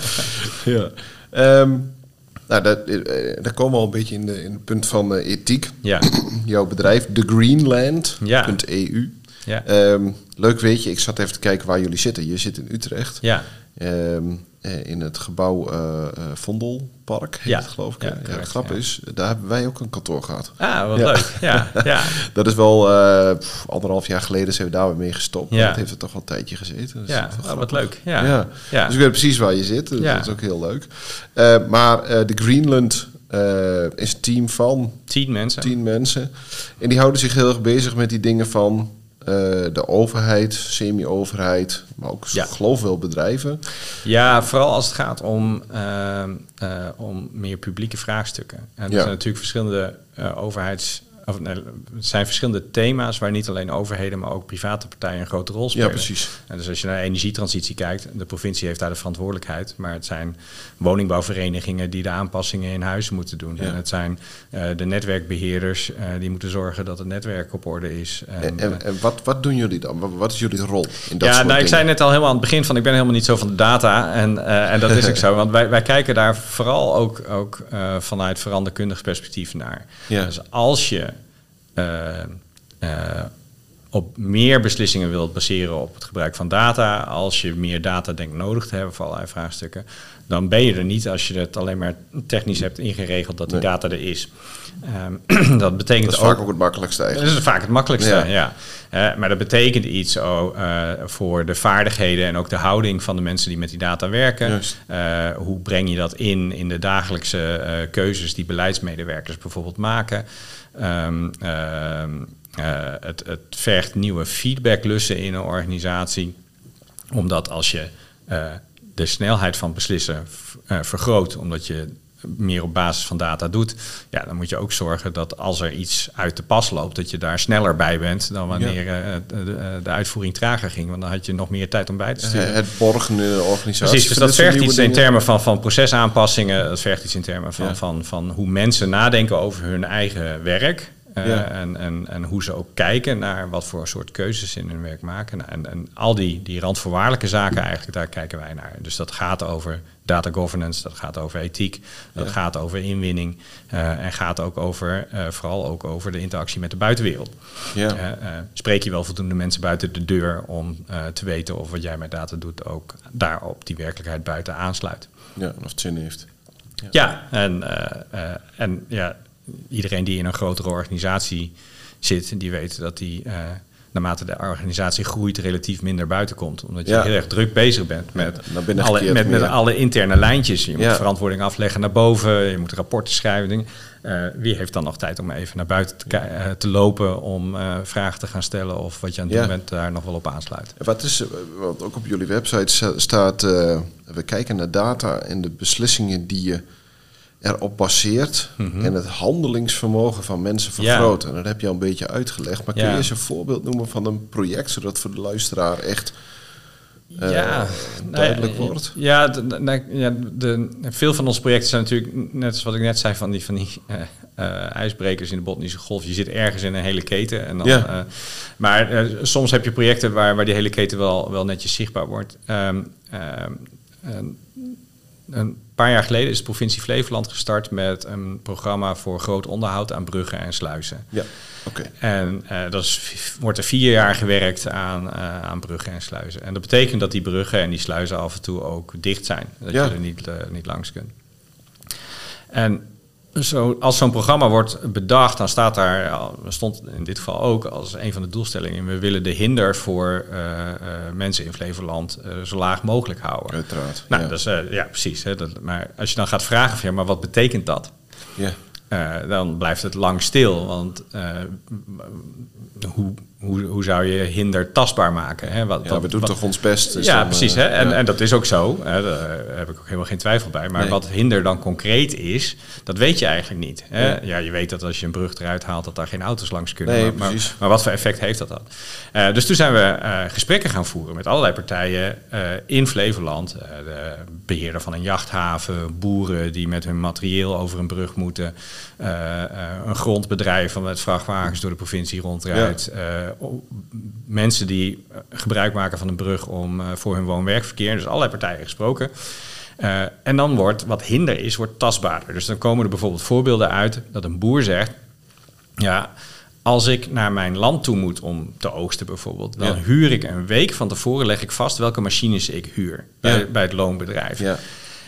Speaker 2: ja. Um, Nou, daar, daar komen we al een beetje in, de, in het punt van uh, ethiek.
Speaker 1: Ja.
Speaker 2: Jouw bedrijf, the greenland punt e u.
Speaker 1: Ja.
Speaker 2: Ja. Um, leuk weet je, ik zat even te kijken waar jullie zitten. Je zit in Utrecht.
Speaker 1: Ja.
Speaker 2: Um, in het gebouw uh, Vondelpark, heet
Speaker 1: ja.
Speaker 2: het geloof ik.
Speaker 1: Ja,
Speaker 2: ja,
Speaker 1: correct,
Speaker 2: de grap
Speaker 1: ja.
Speaker 2: is, daar hebben wij ook een kantoor gehad.
Speaker 1: Ah, wat
Speaker 2: ja.
Speaker 1: leuk. Ja, ja.
Speaker 2: Dat is wel uh, pff, anderhalf jaar geleden zijn we daar weer mee gestopt.
Speaker 1: Ja.
Speaker 2: Dat heeft er toch wel een tijdje gezeten. Dus
Speaker 1: ja, oh, wat leuk. Ja.
Speaker 2: Ja. Ja. Dus ik weet precies waar je zit. Dus
Speaker 1: ja.
Speaker 2: dat is ook heel leuk. Uh, maar uh, de Greenland uh, is een team van
Speaker 1: tien mensen.
Speaker 2: tien mensen. En die houden zich heel erg bezig met die dingen van Uh, de overheid, semi-overheid, maar ook ja. geloof wel bedrijven.
Speaker 1: Ja, vooral als het gaat om, uh, uh, om meer publieke vraagstukken. En er ja. zijn natuurlijk verschillende uh, overheids... Of, nee, het zijn verschillende thema's waar niet alleen overheden, maar ook private partijen een grote rol spelen.
Speaker 2: Ja, precies.
Speaker 1: En dus als je naar energietransitie kijkt, de provincie heeft daar de verantwoordelijkheid, maar het zijn woningbouwverenigingen die de aanpassingen in huis moeten doen. Ja. En het zijn uh, de netwerkbeheerders uh, die moeten zorgen dat het netwerk op orde is.
Speaker 2: En, en, en, en wat, wat doen jullie dan? Wat is jullie rol in dat
Speaker 1: ja,
Speaker 2: soort
Speaker 1: nou, ik
Speaker 2: dingen?
Speaker 1: zei net al helemaal aan het begin van, ik ben helemaal niet zo van de data. En, uh, en dat is ook zo, want wij, wij kijken daar vooral ook, ook uh, vanuit veranderkundig perspectief naar.
Speaker 2: Ja.
Speaker 1: Dus als je Uh, uh, op meer beslissingen wilt baseren op het gebruik van data, als je meer data denkt nodig te hebben voor allerlei vraagstukken, dan ben je er niet als je het alleen maar technisch hebt ingeregeld dat die nee. data er is. Um, dat betekent
Speaker 2: dat is
Speaker 1: ook,
Speaker 2: vaak ook het makkelijkste eigenlijk.
Speaker 1: Dat is vaak het makkelijkste, ja. ja. Uh, maar dat betekent iets oh, uh, voor de vaardigheden en ook de houding van de mensen die met die data werken. Uh, hoe breng je dat in in de dagelijkse uh, keuzes die beleidsmedewerkers bijvoorbeeld maken? Um, uh, uh, het, het vergt nieuwe feedbacklussen in een organisatie. Omdat als je uh, de snelheid van beslissen uh, vergroot, omdat je meer op basis van data doet, ja, dan moet je ook zorgen dat als er iets uit de pas loopt, dat je daar sneller bij bent dan wanneer ja. uh, de, de, de uitvoering trager ging. Want dan had je nog meer tijd om bij te sturen.
Speaker 2: Het borgen in de organisatie.
Speaker 1: Precies, dus dat vergt iets dingen. in termen van, van procesaanpassingen. Dat vergt iets in termen van, ja. van, van hoe mensen nadenken over hun eigen werk. Uh, ja. en, en, en hoe ze ook kijken naar wat voor soort keuzes ze in hun werk maken. En, en al die, die randvoorwaardelijke zaken eigenlijk, daar kijken wij naar. Dus dat gaat over data governance, dat gaat over ethiek, dat ja. gaat over inwinning. Uh, en gaat ook over, uh, vooral ook over de interactie met de buitenwereld. Ja. Uh, uh, spreek je wel voldoende mensen buiten de deur om uh, te weten of wat jij met data doet ook daar op die werkelijkheid buiten aansluit.
Speaker 2: Ja, of het zin heeft.
Speaker 1: Ja, ja en, uh, uh, en ja... Iedereen die in een grotere organisatie zit, die weet dat die uh, naarmate de organisatie groeit relatief minder buiten komt. Omdat je ja. heel erg druk bezig bent met, ja, alle, met, met alle interne lijntjes. Je ja. moet verantwoording afleggen naar boven, je moet rapporten schrijven. Dingen. Uh, wie heeft dan nog tijd om even naar buiten te, uh, te lopen om uh, vragen te gaan stellen of wat je aan het ja. doen bent daar nog wel op aansluit.
Speaker 2: Wat is, wat ook op jullie website staat, uh, we kijken naar data en de beslissingen die je erop baseert mm-hmm. en het handelingsvermogen van mensen vergroten. Ja. En dat heb je al een beetje uitgelegd. Maar kun je ja. eens een voorbeeld noemen van een project, zodat voor de luisteraar echt uh, ja, duidelijk nou ja, wordt?
Speaker 1: Ja, de, de, ja de, veel van onze projecten zijn natuurlijk, net als wat ik net zei, van die, van die uh, uh, ijsbrekers in de Bottnische Golf. Je zit ergens in een hele keten. En dan, ja. uh, maar uh, soms heb je projecten waar, waar die hele keten wel, wel netjes zichtbaar wordt. Um, um, um, Een paar jaar geleden is de provincie Flevoland gestart met een programma voor groot onderhoud aan bruggen en sluizen. Ja, oké. Okay. En uh, dat is, wordt er vier jaar gewerkt aan, uh, aan bruggen en sluizen. En dat betekent dat die bruggen en die sluizen af en toe ook dicht zijn. Dat ja. je er niet, uh, niet langs kunt. En zo, als zo'n programma wordt bedacht, dan staat daar, stond in dit geval ook als een van de doelstellingen, we willen de hinder voor uh, uh, mensen in Flevoland uh, zo laag mogelijk houden.
Speaker 2: Uiteraard.
Speaker 1: Nou,
Speaker 2: ja.
Speaker 1: Dat is, uh, ja, precies. Hè, dat, maar als je dan gaat vragen van ja, maar wat betekent dat? Ja. Uh, dan blijft het lang stil, want uh, hoe, hoe, hoe zou je hinder tastbaar maken? Hè? Wat,
Speaker 2: ja,
Speaker 1: wat,
Speaker 2: we doen
Speaker 1: wat,
Speaker 2: toch ons best. Dus
Speaker 1: ja,
Speaker 2: dan,
Speaker 1: precies.
Speaker 2: Uh,
Speaker 1: hè? En,
Speaker 2: ja.
Speaker 1: en dat is ook zo. Hè? Daar heb ik ook helemaal geen twijfel bij. Maar nee. wat hinder dan concreet is, dat weet je eigenlijk niet. Hè? Ja. ja, je weet dat als je een brug eruit haalt, dat daar geen auto's langs kunnen.
Speaker 2: Nee,
Speaker 1: maar, maar, maar wat voor effect heeft dat dan? Uh, dus toen zijn we uh, gesprekken gaan voeren met allerlei partijen uh, in Flevoland. Uh, de beheerder van een jachthaven, boeren die met hun materieel over een brug moeten. Uh, uh, een grondbedrijf van met vrachtwagens door de provincie rondrijdt. Ja. Uh, mensen die gebruik maken van een brug om uh, voor hun woon-werkverkeer. Dus allerlei partijen gesproken. Uh, en dan wordt wat hinder is, wordt tastbaarder. Dus dan komen er bijvoorbeeld voorbeelden uit dat een boer zegt, ja, als ik naar mijn land toe moet om te oogsten bijvoorbeeld, dan ja. huur ik een week van tevoren, leg ik vast welke machines ik huur bij, ja. bij het loonbedrijf. Ja.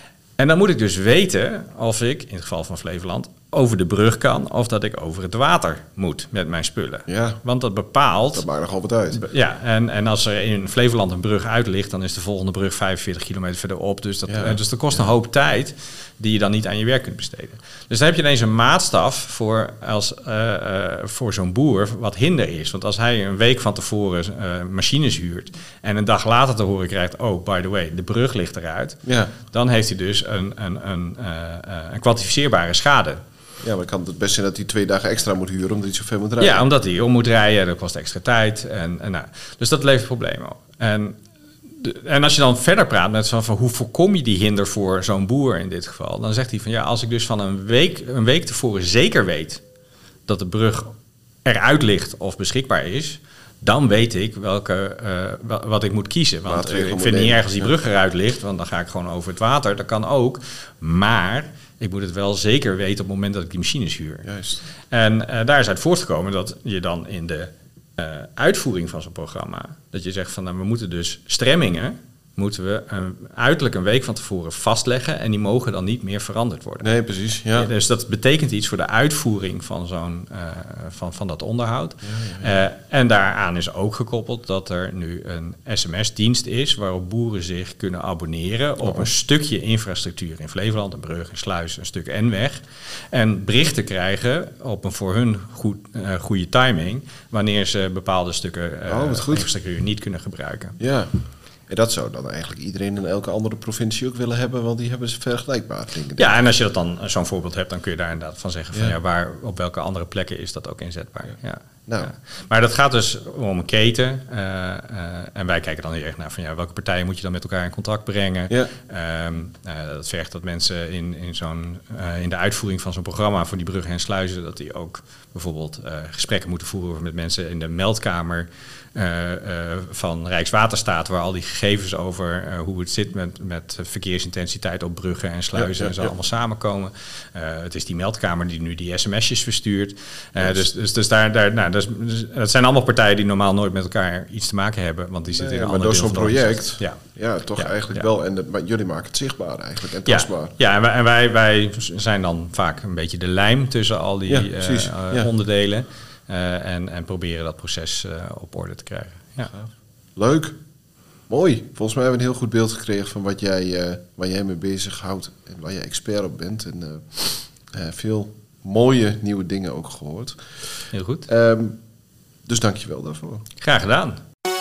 Speaker 1: En dan moet ik dus weten of ik, in het geval van Flevoland, over de brug kan of dat ik over het water moet met mijn spullen. Ja. Want dat bepaalt...
Speaker 2: Dat maakt nogal wat uit.
Speaker 1: Ja, en, en als er in Flevoland een brug uit ligt, dan is de volgende brug vijfenveertig kilometer verderop. Dus dat, ja. dus dat kost een hoop tijd die je dan niet aan je werk kunt besteden. Dus dan heb je ineens een maatstaf voor, als, uh, uh, voor zo'n boer wat hinder is. Want als hij een week van tevoren uh, machines huurt en een dag later te horen krijgt, oh, by the way, de brug ligt eruit. Ja. Dan heeft hij dus een, een, een, uh, uh, een kwantificeerbare schade.
Speaker 2: Ja, maar kan het best zijn dat hij twee dagen extra moet huren omdat hij zo ver moet rijden.
Speaker 1: Ja, omdat hij om moet rijden, dat kost extra tijd. En, en nou, dus dat levert problemen op. En, de, en als je dan verder praat met van, van hoe voorkom je die hinder voor zo'n boer in dit geval, dan zegt hij van ja, als ik dus van een week, een week tevoren zeker weet dat de brug eruit ligt of beschikbaar is, dan weet ik welke, uh, wat ik moet kiezen. Want uh, ik vind niet erg als die brug eruit ligt, want dan ga ik gewoon over het water. Dat kan ook, maar ik moet het wel zeker weten op het moment dat ik die machines huur. Juist. En uh, daar is uit voortgekomen dat je dan in de uh, uitvoering van zo'n programma, dat je zegt van nou, we moeten dus stremmingen, moeten we een, uiterlijk een week van tevoren vastleggen en die mogen dan niet meer veranderd worden. Nee, precies. Ja. Dus dat betekent iets voor de uitvoering van, zo'n, uh, van, van dat onderhoud. Ja, ja, ja. Uh, en daaraan is ook gekoppeld dat er nu een sms-dienst is waarop boeren zich kunnen abonneren op oh. een stukje infrastructuur in Flevoland, een brug, een sluis, een stuk N-weg. En berichten krijgen op een voor hun goed, uh, goede timing wanneer ze bepaalde stukken uh, oh, infrastructuur niet kunnen gebruiken.
Speaker 2: Ja. En dat zou dan eigenlijk iedereen in elke andere provincie ook willen hebben, want die hebben ze vergelijkbare dingen.
Speaker 1: Ja, en als je dat dan zo'n voorbeeld hebt, dan kun je daar inderdaad van zeggen van
Speaker 2: Ja.
Speaker 1: ja, waar, op welke andere plekken is dat ook inzetbaar. Ja. Ja.
Speaker 2: Nou.
Speaker 1: Ja. Maar dat gaat dus om een keten. Uh, uh, en wij kijken dan heel erg naar van ja, welke partijen moet je dan met elkaar in contact brengen.
Speaker 2: Ja.
Speaker 1: Um, uh, dat vergt dat mensen in, in, zo'n, uh, in de uitvoering van zo'n programma voor die bruggen en sluizen, dat die ook bijvoorbeeld uh, gesprekken moeten voeren met mensen in de meldkamer Uh, uh, van Rijkswaterstaat, waar al die gegevens over uh, hoe het zit met, met verkeersintensiteit op bruggen en sluizen ja, ja, en zo ja. allemaal samenkomen. Uh, het is die meldkamer die nu die sms'jes verstuurt. Uh, yes. Dus, dus, dus daar, daar nou, dus, dus, dat zijn allemaal partijen die normaal nooit met elkaar iets te maken hebben, want die zitten nee, in een
Speaker 2: ander
Speaker 1: deel
Speaker 2: van zo'n project,
Speaker 1: ja.
Speaker 2: ja, toch ja, eigenlijk ja. wel. En de, maar jullie maken het zichtbaar eigenlijk en tastbaar.
Speaker 1: Ja, ja en, wij, en wij, wij zijn dan vaak een beetje de lijm tussen al die ja, uh, uh, ja. onderdelen. Uh, en, en proberen dat proces uh, op orde te krijgen. Ja.
Speaker 2: Leuk. Mooi. Volgens mij hebben we een heel goed beeld gekregen van wat jij, uh, waar jij mee bezighoudt en waar jij expert op bent. En uh, uh, veel mooie nieuwe dingen ook gehoord.
Speaker 1: Heel goed.
Speaker 2: Um, dus dank je wel daarvoor.
Speaker 1: Graag gedaan.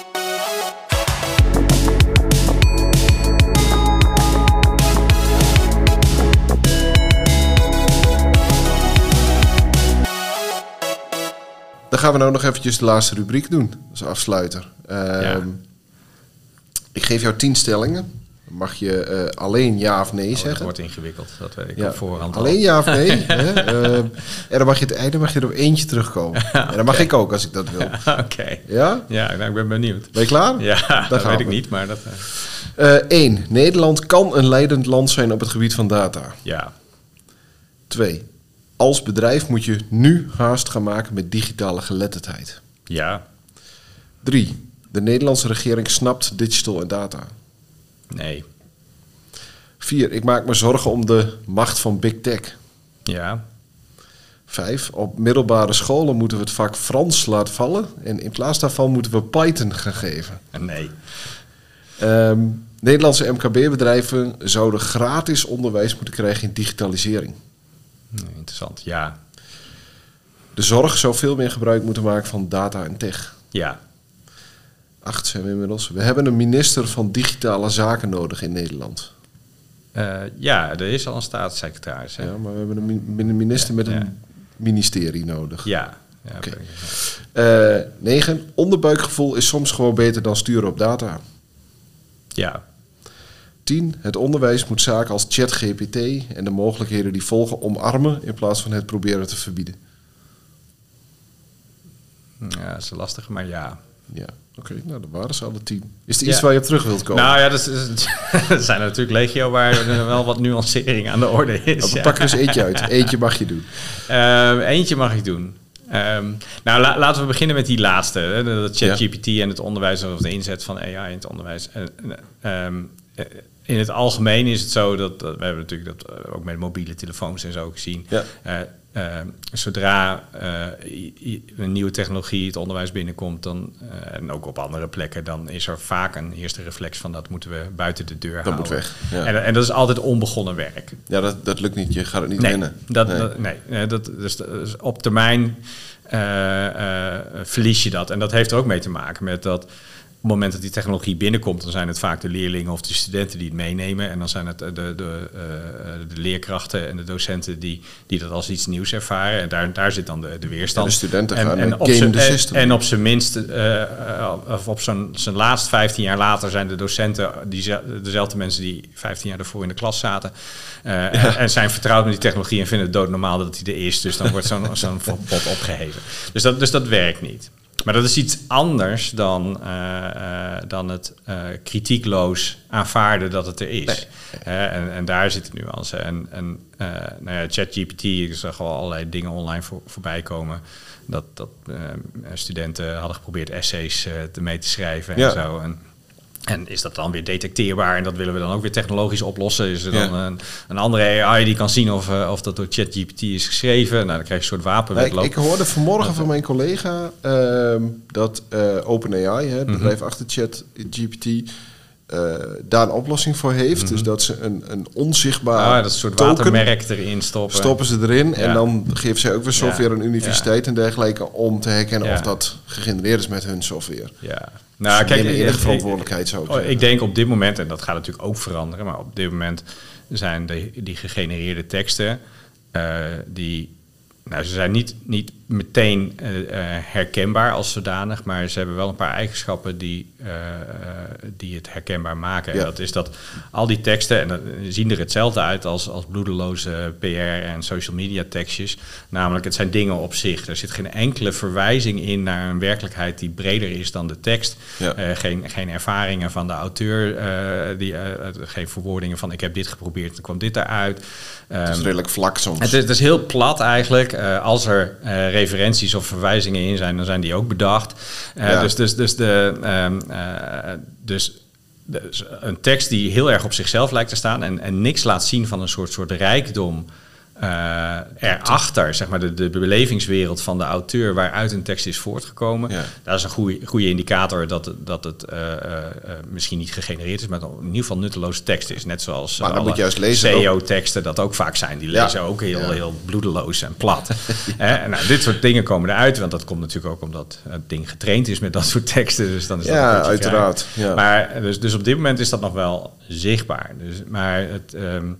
Speaker 2: Dan gaan we nou nog eventjes de laatste rubriek doen. als afsluiter. Uh, ja. Ik geef jou tien stellingen. Mag je uh, alleen ja of nee
Speaker 1: oh,
Speaker 2: zeggen?
Speaker 1: Het wordt ingewikkeld, dat weet ik
Speaker 2: ja.
Speaker 1: op voorhand
Speaker 2: Alleen al. Ja of nee. hè? Uh, en dan mag je het einde mag je er op eentje terugkomen. En dan okay. mag ik ook als ik dat wil.
Speaker 1: Oké. Okay.
Speaker 2: Ja?
Speaker 1: Ja, nou, ik ben benieuwd.
Speaker 2: Ben je klaar?
Speaker 1: Ja,
Speaker 2: dan
Speaker 1: dat weet
Speaker 2: we.
Speaker 1: ik niet, maar dat...
Speaker 2: Eén. Uh, Nederland kan een leidend land zijn op het gebied van data.
Speaker 1: Ja.
Speaker 2: Twee. Als bedrijf moet je nu haast gaan maken met digitale geletterdheid.
Speaker 1: Ja.
Speaker 2: Drie. De Nederlandse regering snapt digital en data.
Speaker 1: Nee.
Speaker 2: Vier. Ik maak me zorgen om de macht van Big Tech.
Speaker 1: Ja.
Speaker 2: Vijf. Op middelbare scholen moeten we het vak Frans laten vallen. En in plaats daarvan moeten we Python gaan geven.
Speaker 1: Nee.
Speaker 2: Um, Nederlandse M K B-bedrijven zouden gratis onderwijs moeten krijgen in digitalisering.
Speaker 1: Nee, interessant, ja.
Speaker 2: De zorg zou veel meer gebruik moeten maken van data en tech.
Speaker 1: Ja.
Speaker 2: Acht zijn we inmiddels. We hebben een minister van digitale zaken nodig in Nederland.
Speaker 1: Uh, ja, er is al een staatssecretaris. Hè?
Speaker 2: Ja, maar we hebben een minister met
Speaker 1: ja, ja.
Speaker 2: een ministerie nodig.
Speaker 1: Ja. ja
Speaker 2: okay. uh, negen. Onderbuikgevoel is soms gewoon beter dan sturen op data.
Speaker 1: Ja.
Speaker 2: tien. Het onderwijs moet zaken als ChatGPT en de mogelijkheden die volgen omarmen in plaats van het proberen te verbieden.
Speaker 1: Ja, dat is lastig, maar ja.
Speaker 2: Ja, oké. Okay. Nou, dat waren ze alle tien. Is er iets
Speaker 1: ja.
Speaker 2: waar je op terug wilt komen?
Speaker 1: Nou ja, dat, is, dat zijn er natuurlijk legio waar wel wat nuancering aan de orde is.
Speaker 2: Nou, we pakken er eens eentje uit. Eentje mag je doen.
Speaker 1: Uh, eentje mag ik doen. Um, nou, la, laten we beginnen met die laatste. Hè, dat ChatGPT ja. en het onderwijs, of de inzet van A I in het onderwijs. Uh, um, uh, in het algemeen is het zo dat, dat we hebben natuurlijk dat ook met mobiele telefoons en zo gezien. Ja. Uh, uh, zodra uh, een nieuwe technologie het onderwijs binnenkomt, dan, uh, en ook op andere plekken, dan is er vaak een eerste reflex van dat moeten we buiten de deur
Speaker 2: dat
Speaker 1: houden.
Speaker 2: Dat moet weg. Ja.
Speaker 1: En, en dat is altijd onbegonnen werk.
Speaker 2: Ja, dat, dat lukt niet. Je gaat het niet
Speaker 1: nee,
Speaker 2: rennen.
Speaker 1: Dat,
Speaker 2: nee,
Speaker 1: dat, nee dat, dus, dus op termijn uh, uh, verlies je dat. En dat heeft er ook mee te maken met dat op het moment dat die technologie binnenkomt, dan zijn het vaak de leerlingen of de studenten die het meenemen. En dan zijn het de, de, de, uh, de leerkrachten en de docenten die, die dat als iets nieuws ervaren. En daar, daar zit dan de, de weerstand.
Speaker 2: En de studenten
Speaker 1: en,
Speaker 2: gaan
Speaker 1: en
Speaker 2: game
Speaker 1: zijn,
Speaker 2: the system.
Speaker 1: En, en op zijn minst, uh, of op zijn, zijn laatst vijftien jaar later zijn de docenten die, dezelfde mensen die vijftien jaar ervoor in de klas zaten. Uh, ja. en, en zijn vertrouwd met die technologie en vinden het doodnormaal dat hij er is. Dus dan wordt zo'n, zo'n verbod opgeheven. Dus dat, dus dat werkt niet. Maar dat is iets anders dan, uh, uh, dan het uh, kritiekloos aanvaarden dat het er is. Nee. Uh, en, en daar zit de nuance. En, en uh, nou ja, ChatGPT, ik zag al allerlei dingen online voor, voorbij komen. Dat, dat uh, studenten hadden geprobeerd essays uh, te mee te schrijven
Speaker 2: ja.
Speaker 1: en zo. En, En is dat dan weer detecteerbaar? En dat willen we dan ook weer technologisch oplossen? Is er dan ja. een, een andere A I die kan zien of, uh, of dat door ChatGPT is geschreven? Nou, dan krijg je een soort wapenwedloop.
Speaker 2: Nou, ik, ik hoorde vanmorgen dat, van mijn collega uh, dat uh, OpenAI, hè, het bedrijf mm-hmm. achter ChatGPT, uh, daar een oplossing voor heeft. Mm-hmm. Dus dat ze een, een onzichtbaar
Speaker 1: ah, dat is een soort
Speaker 2: token
Speaker 1: watermerk erin stoppen.
Speaker 2: Stoppen ze erin. Ja. En dan geven zij ook weer software
Speaker 1: ja.
Speaker 2: aan universiteit ja. en dergelijke om te herkennen
Speaker 1: ja.
Speaker 2: of dat gegenereerd is met hun software.
Speaker 1: Ja. Nou,
Speaker 2: dus
Speaker 1: kijk,
Speaker 2: enige verantwoordelijkheid zou ik
Speaker 1: oh, ik denk op dit moment, en dat gaat natuurlijk ook veranderen, maar op dit moment zijn de, die gegenereerde teksten, uh, die, nou, ze zijn niet, niet meteen uh, uh, herkenbaar als zodanig, maar ze hebben wel een paar eigenschappen die, uh, uh, die het herkenbaar maken. Ja. En dat is dat al die teksten, en dat, zien er hetzelfde uit als, als bloedeloze P R en social media tekstjes. Namelijk, het zijn dingen op zich. Er zit geen enkele verwijzing in naar een werkelijkheid die breder is dan de tekst. Ja. Uh, geen, geen ervaringen van de auteur, uh, die, uh, geen verwoordingen van ik heb dit geprobeerd, dan kwam dit eruit. Um,
Speaker 2: het is redelijk vlak soms.
Speaker 1: Het is, het is heel plat eigenlijk. Uh, als er uh, referenties of verwijzingen in zijn, dan zijn die ook bedacht. Uh, ja. Dus, dus, dus, de, um, uh, dus, dus een tekst die heel erg op zichzelf lijkt te staan en, en niks laat zien van een soort, soort rijkdom uh, erachter, zeg maar de, de belevingswereld van de auteur waaruit een tekst is voortgekomen. Ja. Dat is een goede, goede indicator dat, dat het uh, uh, misschien niet gegenereerd is, maar dat het in ieder geval nutteloze tekst is. Net zoals
Speaker 2: maar dan
Speaker 1: alle
Speaker 2: moet je juist lezen,
Speaker 1: C E O-teksten dat ook vaak zijn. Die lezen ja. ook heel, ja. heel bloedeloos en plat. ja. en, nou, dit soort dingen komen eruit, want dat komt natuurlijk ook omdat het ding getraind is met dat soort teksten. Dus dan is dat
Speaker 2: ja, uiteraard. Ja.
Speaker 1: Maar dus, dus op dit moment is dat nog wel zichtbaar. Dus, maar het... Um,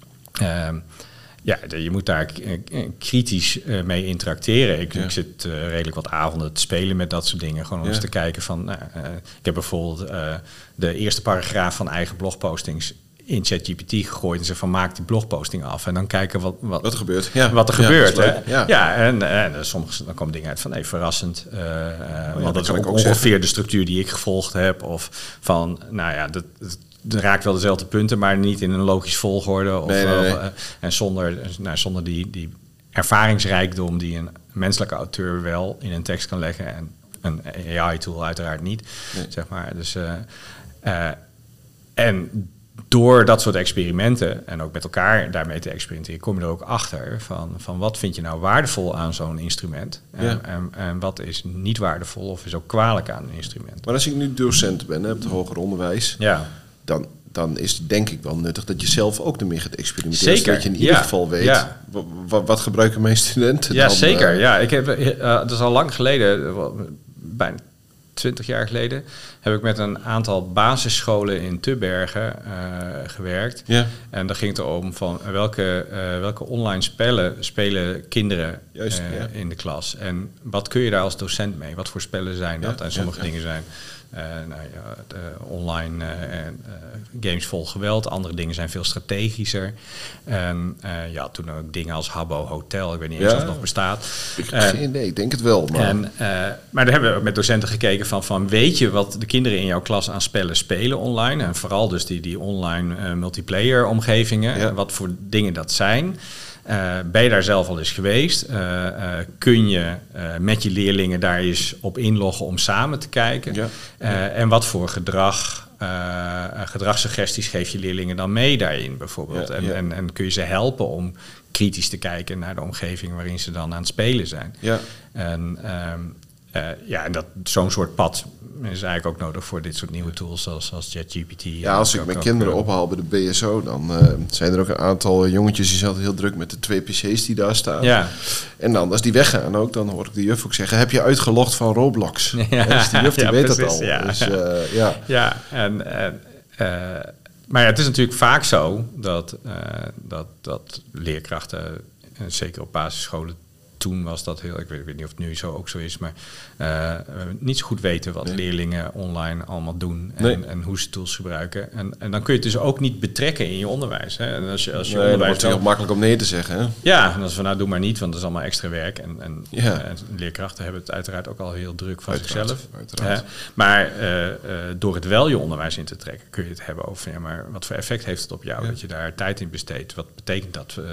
Speaker 1: um, Ja, je moet daar kritisch mee interacteren. Ik, ja. ik zit uh, redelijk wat avonden te spelen met dat soort dingen. Gewoon om ja. eens te kijken van... Nou, uh, ik heb bijvoorbeeld uh, de eerste paragraaf van eigen blogpostings in ChatGPT gegooid en zeg van maak die blogposting af en dan kijken wat, wat,
Speaker 2: wat er gebeurt. Ja.
Speaker 1: Wat er ja, gebeurt. Hè?
Speaker 2: Ja.
Speaker 1: ja, en, en sommige dan komen dingen uit van nee, verrassend. Uh, uh, oh,
Speaker 2: ja,
Speaker 1: want dat is ook, ook ongeveer zeggen. De structuur die ik gevolgd heb. Of van, nou ja, dat... dat Het raakt wel dezelfde punten, maar niet in een logisch volgorde. Of,
Speaker 2: nee, nee, nee.
Speaker 1: Uh, en zonder, nou, zonder die, die ervaringsrijkdom die een menselijke auteur wel in een tekst kan leggen. En een A I-tool uiteraard niet. Nee. Zeg maar. Dus, uh, uh, en door dat soort experimenten en ook met elkaar daarmee te experimenteren, kom je er ook achter van, van wat vind je nou waardevol aan zo'n instrument. En, ja. en, en wat is niet waardevol of is ook kwalijk aan een instrument.
Speaker 2: Maar als ik nu docent ben hè, op het hoger onderwijs...
Speaker 1: Ja.
Speaker 2: Dan, dan is het denk ik wel nuttig dat je zelf ook ermee gaat experimenteren.
Speaker 1: Zeker.
Speaker 2: Zodat je in ieder
Speaker 1: ja.
Speaker 2: geval weet,
Speaker 1: ja.
Speaker 2: wat, wat, wat gebruiken mijn studenten
Speaker 1: ja,
Speaker 2: dan?
Speaker 1: Zeker.
Speaker 2: Uh,
Speaker 1: ja, ik heb, uh, dat is al lang geleden, bijna twintig jaar geleden, heb ik met een aantal basisscholen in Tubbergen uh, gewerkt.
Speaker 2: Ja.
Speaker 1: En daar ging het om van welke, uh, welke online spellen spelen kinderen
Speaker 2: Juist,
Speaker 1: uh,
Speaker 2: ja.
Speaker 1: in de klas. En wat kun je daar als docent mee? Wat voor spellen zijn dat? Ja, en sommige ja, ja. dingen zijn uh, nou ja, de online uh, uh, games vol geweld. Andere dingen zijn veel strategischer. En uh, ja, toen ook dingen als Habbo Hotel. Ik weet niet eens ja. of het nog bestaat.
Speaker 2: Ik heb uh, geen idee, ik denk het wel. Maar,
Speaker 1: en, uh, maar daar hebben we met docenten gekeken van, van weet je wat de kinderen in jouw klas aan spellen spelen online? En vooral dus die, die online uh, multiplayer omgevingen. Ja. Wat voor dingen dat zijn. Uh, ben je daar zelf al eens geweest? Uh, uh, kun je uh, met je leerlingen daar eens op inloggen om samen te kijken? Ja. Uh, en wat voor gedrag, uh, gedragssuggesties geef je leerlingen dan mee daarin bijvoorbeeld? Ja, en, ja. En, en kun je ze helpen om kritisch te kijken naar de omgeving waarin ze dan aan het spelen zijn? Ja. En, um, uh, ja, en dat, zo'n soort pad is eigenlijk ook nodig voor dit soort nieuwe tools zoals, zoals ChatGPT.
Speaker 2: Ja, als ik mijn kinderen ophaal bij de B S O, dan uh, zijn er ook een aantal jongetjes die zaten heel druk met de twee P C's die daar staan. Ja. En dan, als die weggaan ook, dan hoor ik de juf ook zeggen, heb je uitgelogd van Roblox? Ja. Ja, dus die juf die ja, weet precies, dat al. Ja, dus, uh, ja.
Speaker 1: ja en... en uh, maar ja, het is natuurlijk vaak zo dat, uh, dat, dat leerkrachten, zeker op basisscholen, toen was dat heel, ik weet, ik weet niet of het nu zo ook zo is, maar uh, niet zo goed weten wat nee. leerlingen online allemaal doen en, nee. en hoe ze tools gebruiken. En, en dan kun je het dus ook niet betrekken in je onderwijs. Hè? En als je, als je
Speaker 2: nee, onderwijs dat wordt heel makkelijk om nee te zeggen. Hè?
Speaker 1: Ja, en als we nou doe maar niet, want dat is allemaal extra werk. En, en,
Speaker 2: ja.
Speaker 1: en leerkrachten hebben het uiteraard ook al heel druk van
Speaker 2: uiteraard,
Speaker 1: zichzelf.
Speaker 2: Uiteraard.
Speaker 1: Uh, maar uh, uh, door het wel je onderwijs in te trekken, kun je het hebben over, ja, maar wat voor effect heeft het op jou ja. dat je daar tijd in besteedt? Wat betekent dat uh, uh,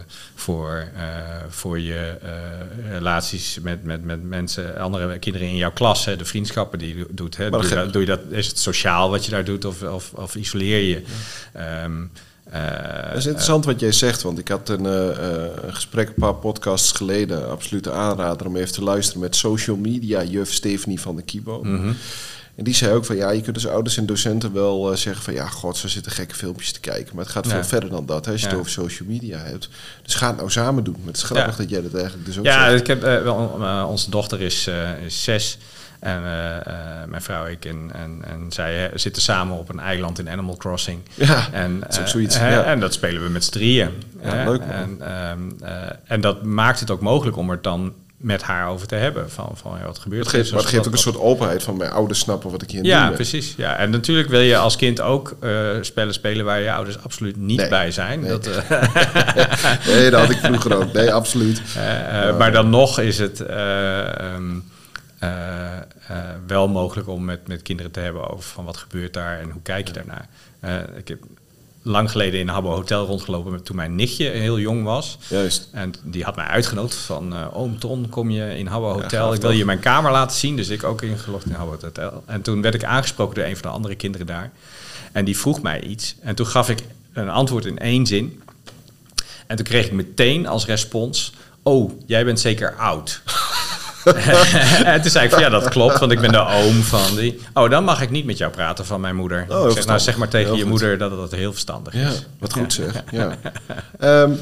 Speaker 1: voor, uh, voor je uh, relaties met, met, met mensen, andere kinderen in jouw klas, hè, de vriendschappen die je doet. Hè? Doe, je dat, doe je dat, is het sociaal wat je daar doet of, of, of isoleer je? Ja. Um,
Speaker 2: uh, dat is interessant uh, wat jij zegt, want ik had een, uh, een gesprek een paar podcasts geleden, absolute aanrader om even te luisteren met social media juf Stephanie van de Kibo. Mm-hmm. En die zei ook van ja, je kunt als ouders en docenten wel uh, zeggen van ja, god, ze zitten gekke filmpjes te kijken. Maar het gaat veel
Speaker 1: ja.
Speaker 2: verder dan dat, hè, als je ja. het over social media hebt. Dus ga het nou samen doen. Maar het is grappig ja. dat jij dat eigenlijk dus ook
Speaker 1: ja,
Speaker 2: zegt.
Speaker 1: Ja, ik heb uh, wel, uh, onze dochter is, uh, is zes. En uh, uh, mijn vrouw, ik en, en, en zij uh, zitten samen op een eiland in Animal Crossing.
Speaker 2: Ja,
Speaker 1: en,
Speaker 2: dat is ook
Speaker 1: uh,
Speaker 2: zoiets.
Speaker 1: Uh,
Speaker 2: ja.
Speaker 1: En dat spelen we met z'n drieën.
Speaker 2: Ja,
Speaker 1: uh,
Speaker 2: leuk man.
Speaker 1: En, um, uh, en dat maakt het ook mogelijk om er dan met haar over te hebben. Van, van ja, wat gebeurt er?
Speaker 2: Het geeft, maar het geeft ook een soort openheid van mijn ouders snappen wat ik hier
Speaker 1: ja,
Speaker 2: doe.
Speaker 1: Precies. Ja, en natuurlijk wil je als kind ook uh, spellen spelen waar je ouders absoluut niet
Speaker 2: nee,
Speaker 1: bij zijn.
Speaker 2: Nee.
Speaker 1: Dat, uh,
Speaker 2: nee, dat had ik vroeger ook. Nee, absoluut.
Speaker 1: Uh, uh, ja. Maar dan nog is het uh, um, uh, uh, wel mogelijk om met, met kinderen te hebben over van wat gebeurt daar en hoe kijk je ja. daarnaar. Uh, ik heb lang geleden in een Habbo Hotel rondgelopen met, toen mijn nichtje heel jong was.
Speaker 2: Juist.
Speaker 1: En die had mij uitgenodigd van uh, oom Ton, kom je in Habbo Hotel?
Speaker 2: Ja,
Speaker 1: ik wil je mijn kamer laten zien. Dus ik ook ingelogd in Habbo Hotel. En toen werd ik aangesproken door een van de andere kinderen daar. En die vroeg mij iets. En toen gaf ik een antwoord in één zin. En toen kreeg ik meteen als respons: oh, jij bent zeker oud. En toen zei ik van ja, dat klopt, want ik ben de oom van die. Oh, dan mag ik niet met jou praten van mijn moeder.
Speaker 2: Oh,
Speaker 1: ik zeg, nou, zeg maar tegen
Speaker 2: heel
Speaker 1: je
Speaker 2: goed.
Speaker 1: moeder dat dat heel verstandig
Speaker 2: ja,
Speaker 1: is.
Speaker 2: Wat goed
Speaker 1: ja.
Speaker 2: zeg. Ja. um,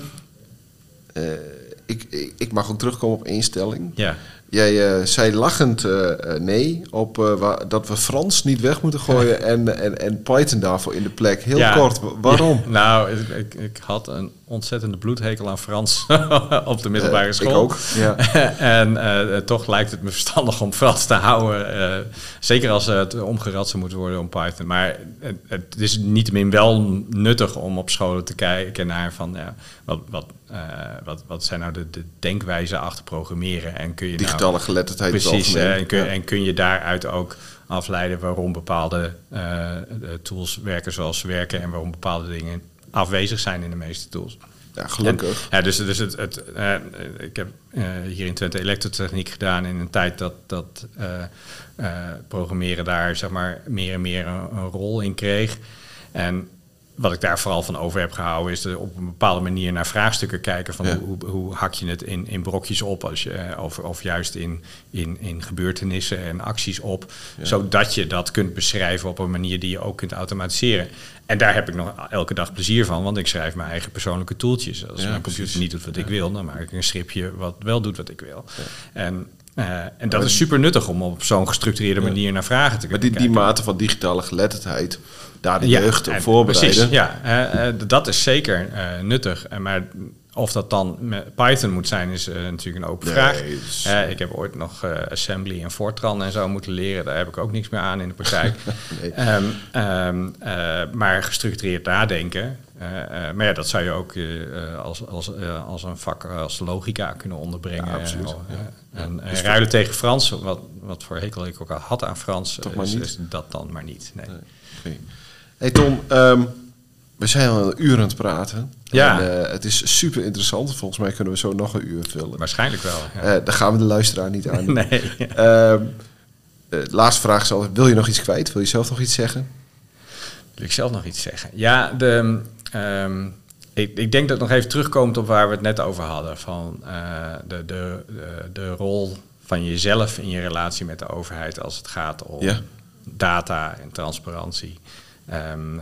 Speaker 2: uh, ik, ik, ik mag ook terugkomen op één stelling.
Speaker 1: Ja.
Speaker 2: Jij uh, zei lachend uh, nee op uh, waar, dat we Frans niet weg moeten gooien en, en, en Python daarvoor in de plek. Heel
Speaker 1: ja.
Speaker 2: kort, waarom?
Speaker 1: Ja. Nou, ik, ik had een ontzettende bloedhekel aan Frans op de middelbare
Speaker 2: uh,
Speaker 1: school.
Speaker 2: Ik ook, ja.
Speaker 1: En uh, toch lijkt het me verstandig om Frans te houden. Uh, zeker als het omgeratst moet worden om Python. Maar het, het is niettemin wel nuttig om op scholen te kijken naar van ja, wat, wat, uh, wat, wat zijn nou de, de denkwijzen achter programmeren. En kun je
Speaker 2: digitale
Speaker 1: nou,
Speaker 2: geletterdheid.
Speaker 1: Precies, en kun,
Speaker 2: ja.
Speaker 1: en kun je daaruit ook afleiden waarom bepaalde uh, tools werken zoals ze werken en waarom bepaalde dingen afwezig zijn in de meeste tools.
Speaker 2: Ja, gelukkig.
Speaker 1: En, ja, dus, dus het, het, uh, ik heb uh, hier in Twente elektrotechniek gedaan in een tijd dat, dat uh, uh, programmeren daar zeg maar meer en meer een, een rol in kreeg. En wat ik daar vooral van over heb gehouden is de op een bepaalde manier naar vraagstukken kijken van ja. hoe, hoe hak je het in, in brokjes op als je, of, of juist in, in, in gebeurtenissen en acties op, ja. zodat je dat kunt beschrijven op een manier die je ook kunt automatiseren. En daar heb ik nog elke dag plezier van, want ik schrijf mijn eigen persoonlijke tooltjes. Als ja, mijn computer precies. niet doet wat ja. ik wil, dan maak ik een stripje wat wel doet wat ik wil. Ja. En Uh, en dat is super nuttig om op zo'n gestructureerde manier ja. naar vragen te kunnen
Speaker 2: kijken. Maar die, die mate van digitale geletterdheid, daar de ja, jeugd op voorbereiden.
Speaker 1: Precies, ja. Uh, uh, dat is zeker uh, nuttig. Uh, maar of dat dan met Python moet zijn, is uh, natuurlijk een open nee, vraag. Is, uh, ik heb ooit nog uh, Assembly en Fortran en zo moeten leren. Daar heb ik ook niks meer aan in de praktijk. nee. um, um, uh, maar gestructureerd nadenken. Uh, uh, maar ja, dat zou je ook uh, als, als, uh, als een vak als logica kunnen onderbrengen.
Speaker 2: Ja, absoluut.
Speaker 1: Uh, ja. En uh, ruilen tegen Frans, wat, wat voor hekel ik ook al had aan Frans,
Speaker 2: Toch maar
Speaker 1: is,
Speaker 2: niet?
Speaker 1: is dat dan maar niet. Nee. Nee.
Speaker 2: Okay. Hey Tom, um, we zijn al een uur aan het praten.
Speaker 1: Ja.
Speaker 2: En, uh, het is super interessant. Volgens mij kunnen we zo nog een uur vullen.
Speaker 1: Waarschijnlijk wel. Ja.
Speaker 2: Uh, daar gaan we de luisteraar niet aan.
Speaker 1: nee.
Speaker 2: Uh, uh, laatste vraag is altijd, wil je nog iets kwijt? Wil je zelf nog iets zeggen?
Speaker 1: Wil ik zelf nog iets zeggen? Ja, de, um, ik, ik denk dat het nog even terugkomt op waar we het net over hadden. Van uh, de, de, de, de rol van jezelf in je relatie met de overheid als het gaat om ja. data en transparantie. Um, uh,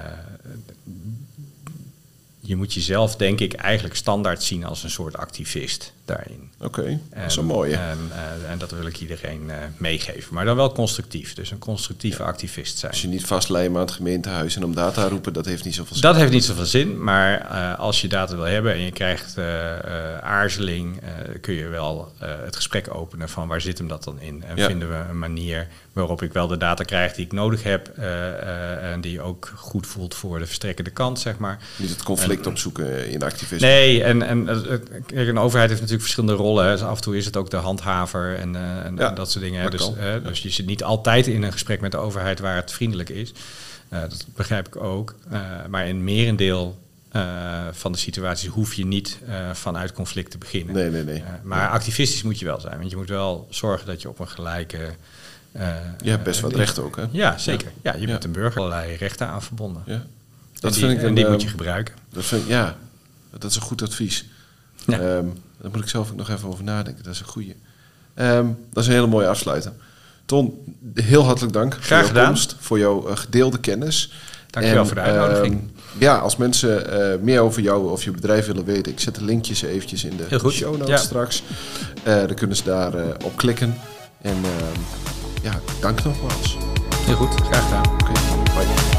Speaker 1: je moet jezelf, denk ik, eigenlijk standaard zien als een soort activist daarin.
Speaker 2: Oké, okay, dat is een mooie.
Speaker 1: En, uh, en dat wil ik iedereen uh, meegeven. Maar dan wel constructief. Dus een constructieve ja. activist zijn.
Speaker 2: Als je niet vastlijmen aan het gemeentehuis en om data roepen, dat heeft niet zoveel zin.
Speaker 1: Dat heeft niet zoveel zin. Maar uh, als je data wil hebben en je krijgt uh, uh, aarzeling, uh, kun je wel uh, het gesprek openen van waar zit hem dat dan in? En ja. vinden we een manier waarop ik wel de data krijg die ik nodig heb uh, uh, en die ook goed voelt voor de verstrekkende kant, zeg maar.
Speaker 2: Niet het conflict en, opzoeken in activisme.
Speaker 1: Nee, en, en kijk, een overheid heeft natuurlijk verschillende rollen. Hè. Dus af en toe is het ook de handhaver en, uh, en, ja, en dat soort dingen. Hè. Dus, uh, ja. dus je zit niet altijd in een gesprek met de overheid waar het vriendelijk is. Uh, dat begrijp ik ook. Uh, maar in merendeel uh, van de situaties hoef je niet uh, vanuit conflict te beginnen.
Speaker 2: Nee, nee, nee. Uh,
Speaker 1: maar ja. activistisch moet je wel zijn. Want je moet wel zorgen dat je op een gelijke...
Speaker 2: Uh, je hebt best uh, wat rechten ook, hè?
Speaker 1: Ja, zeker. Ja, je ja. bent een burger allerlei rechten aan verbonden. Ja.
Speaker 2: Dat
Speaker 1: en die,
Speaker 2: vind ik
Speaker 1: en
Speaker 2: een,
Speaker 1: die
Speaker 2: uh,
Speaker 1: moet je gebruiken.
Speaker 2: Dat vind ik, ja, dat is een goed advies. Ja. Um, daar moet ik zelf ook nog even over nadenken. Dat is een goeie. Um, dat is een hele mooie afsluiter. Ton, heel hartelijk dank
Speaker 1: Graag
Speaker 2: voor jouw
Speaker 1: gedaan.
Speaker 2: komst, voor jouw uh, gedeelde kennis.
Speaker 1: Dankjewel
Speaker 2: En,
Speaker 1: voor de uitnodiging.
Speaker 2: Uh, ja, als mensen uh, meer over jou of je bedrijf willen weten, ik zet de linkjes eventjes in de show notes ja. straks. Uh, dan kunnen ze daar uh, op klikken. En uh, ja, dank nogmaals.
Speaker 1: Heel goed, graag gedaan.
Speaker 2: Oké, okay, bye.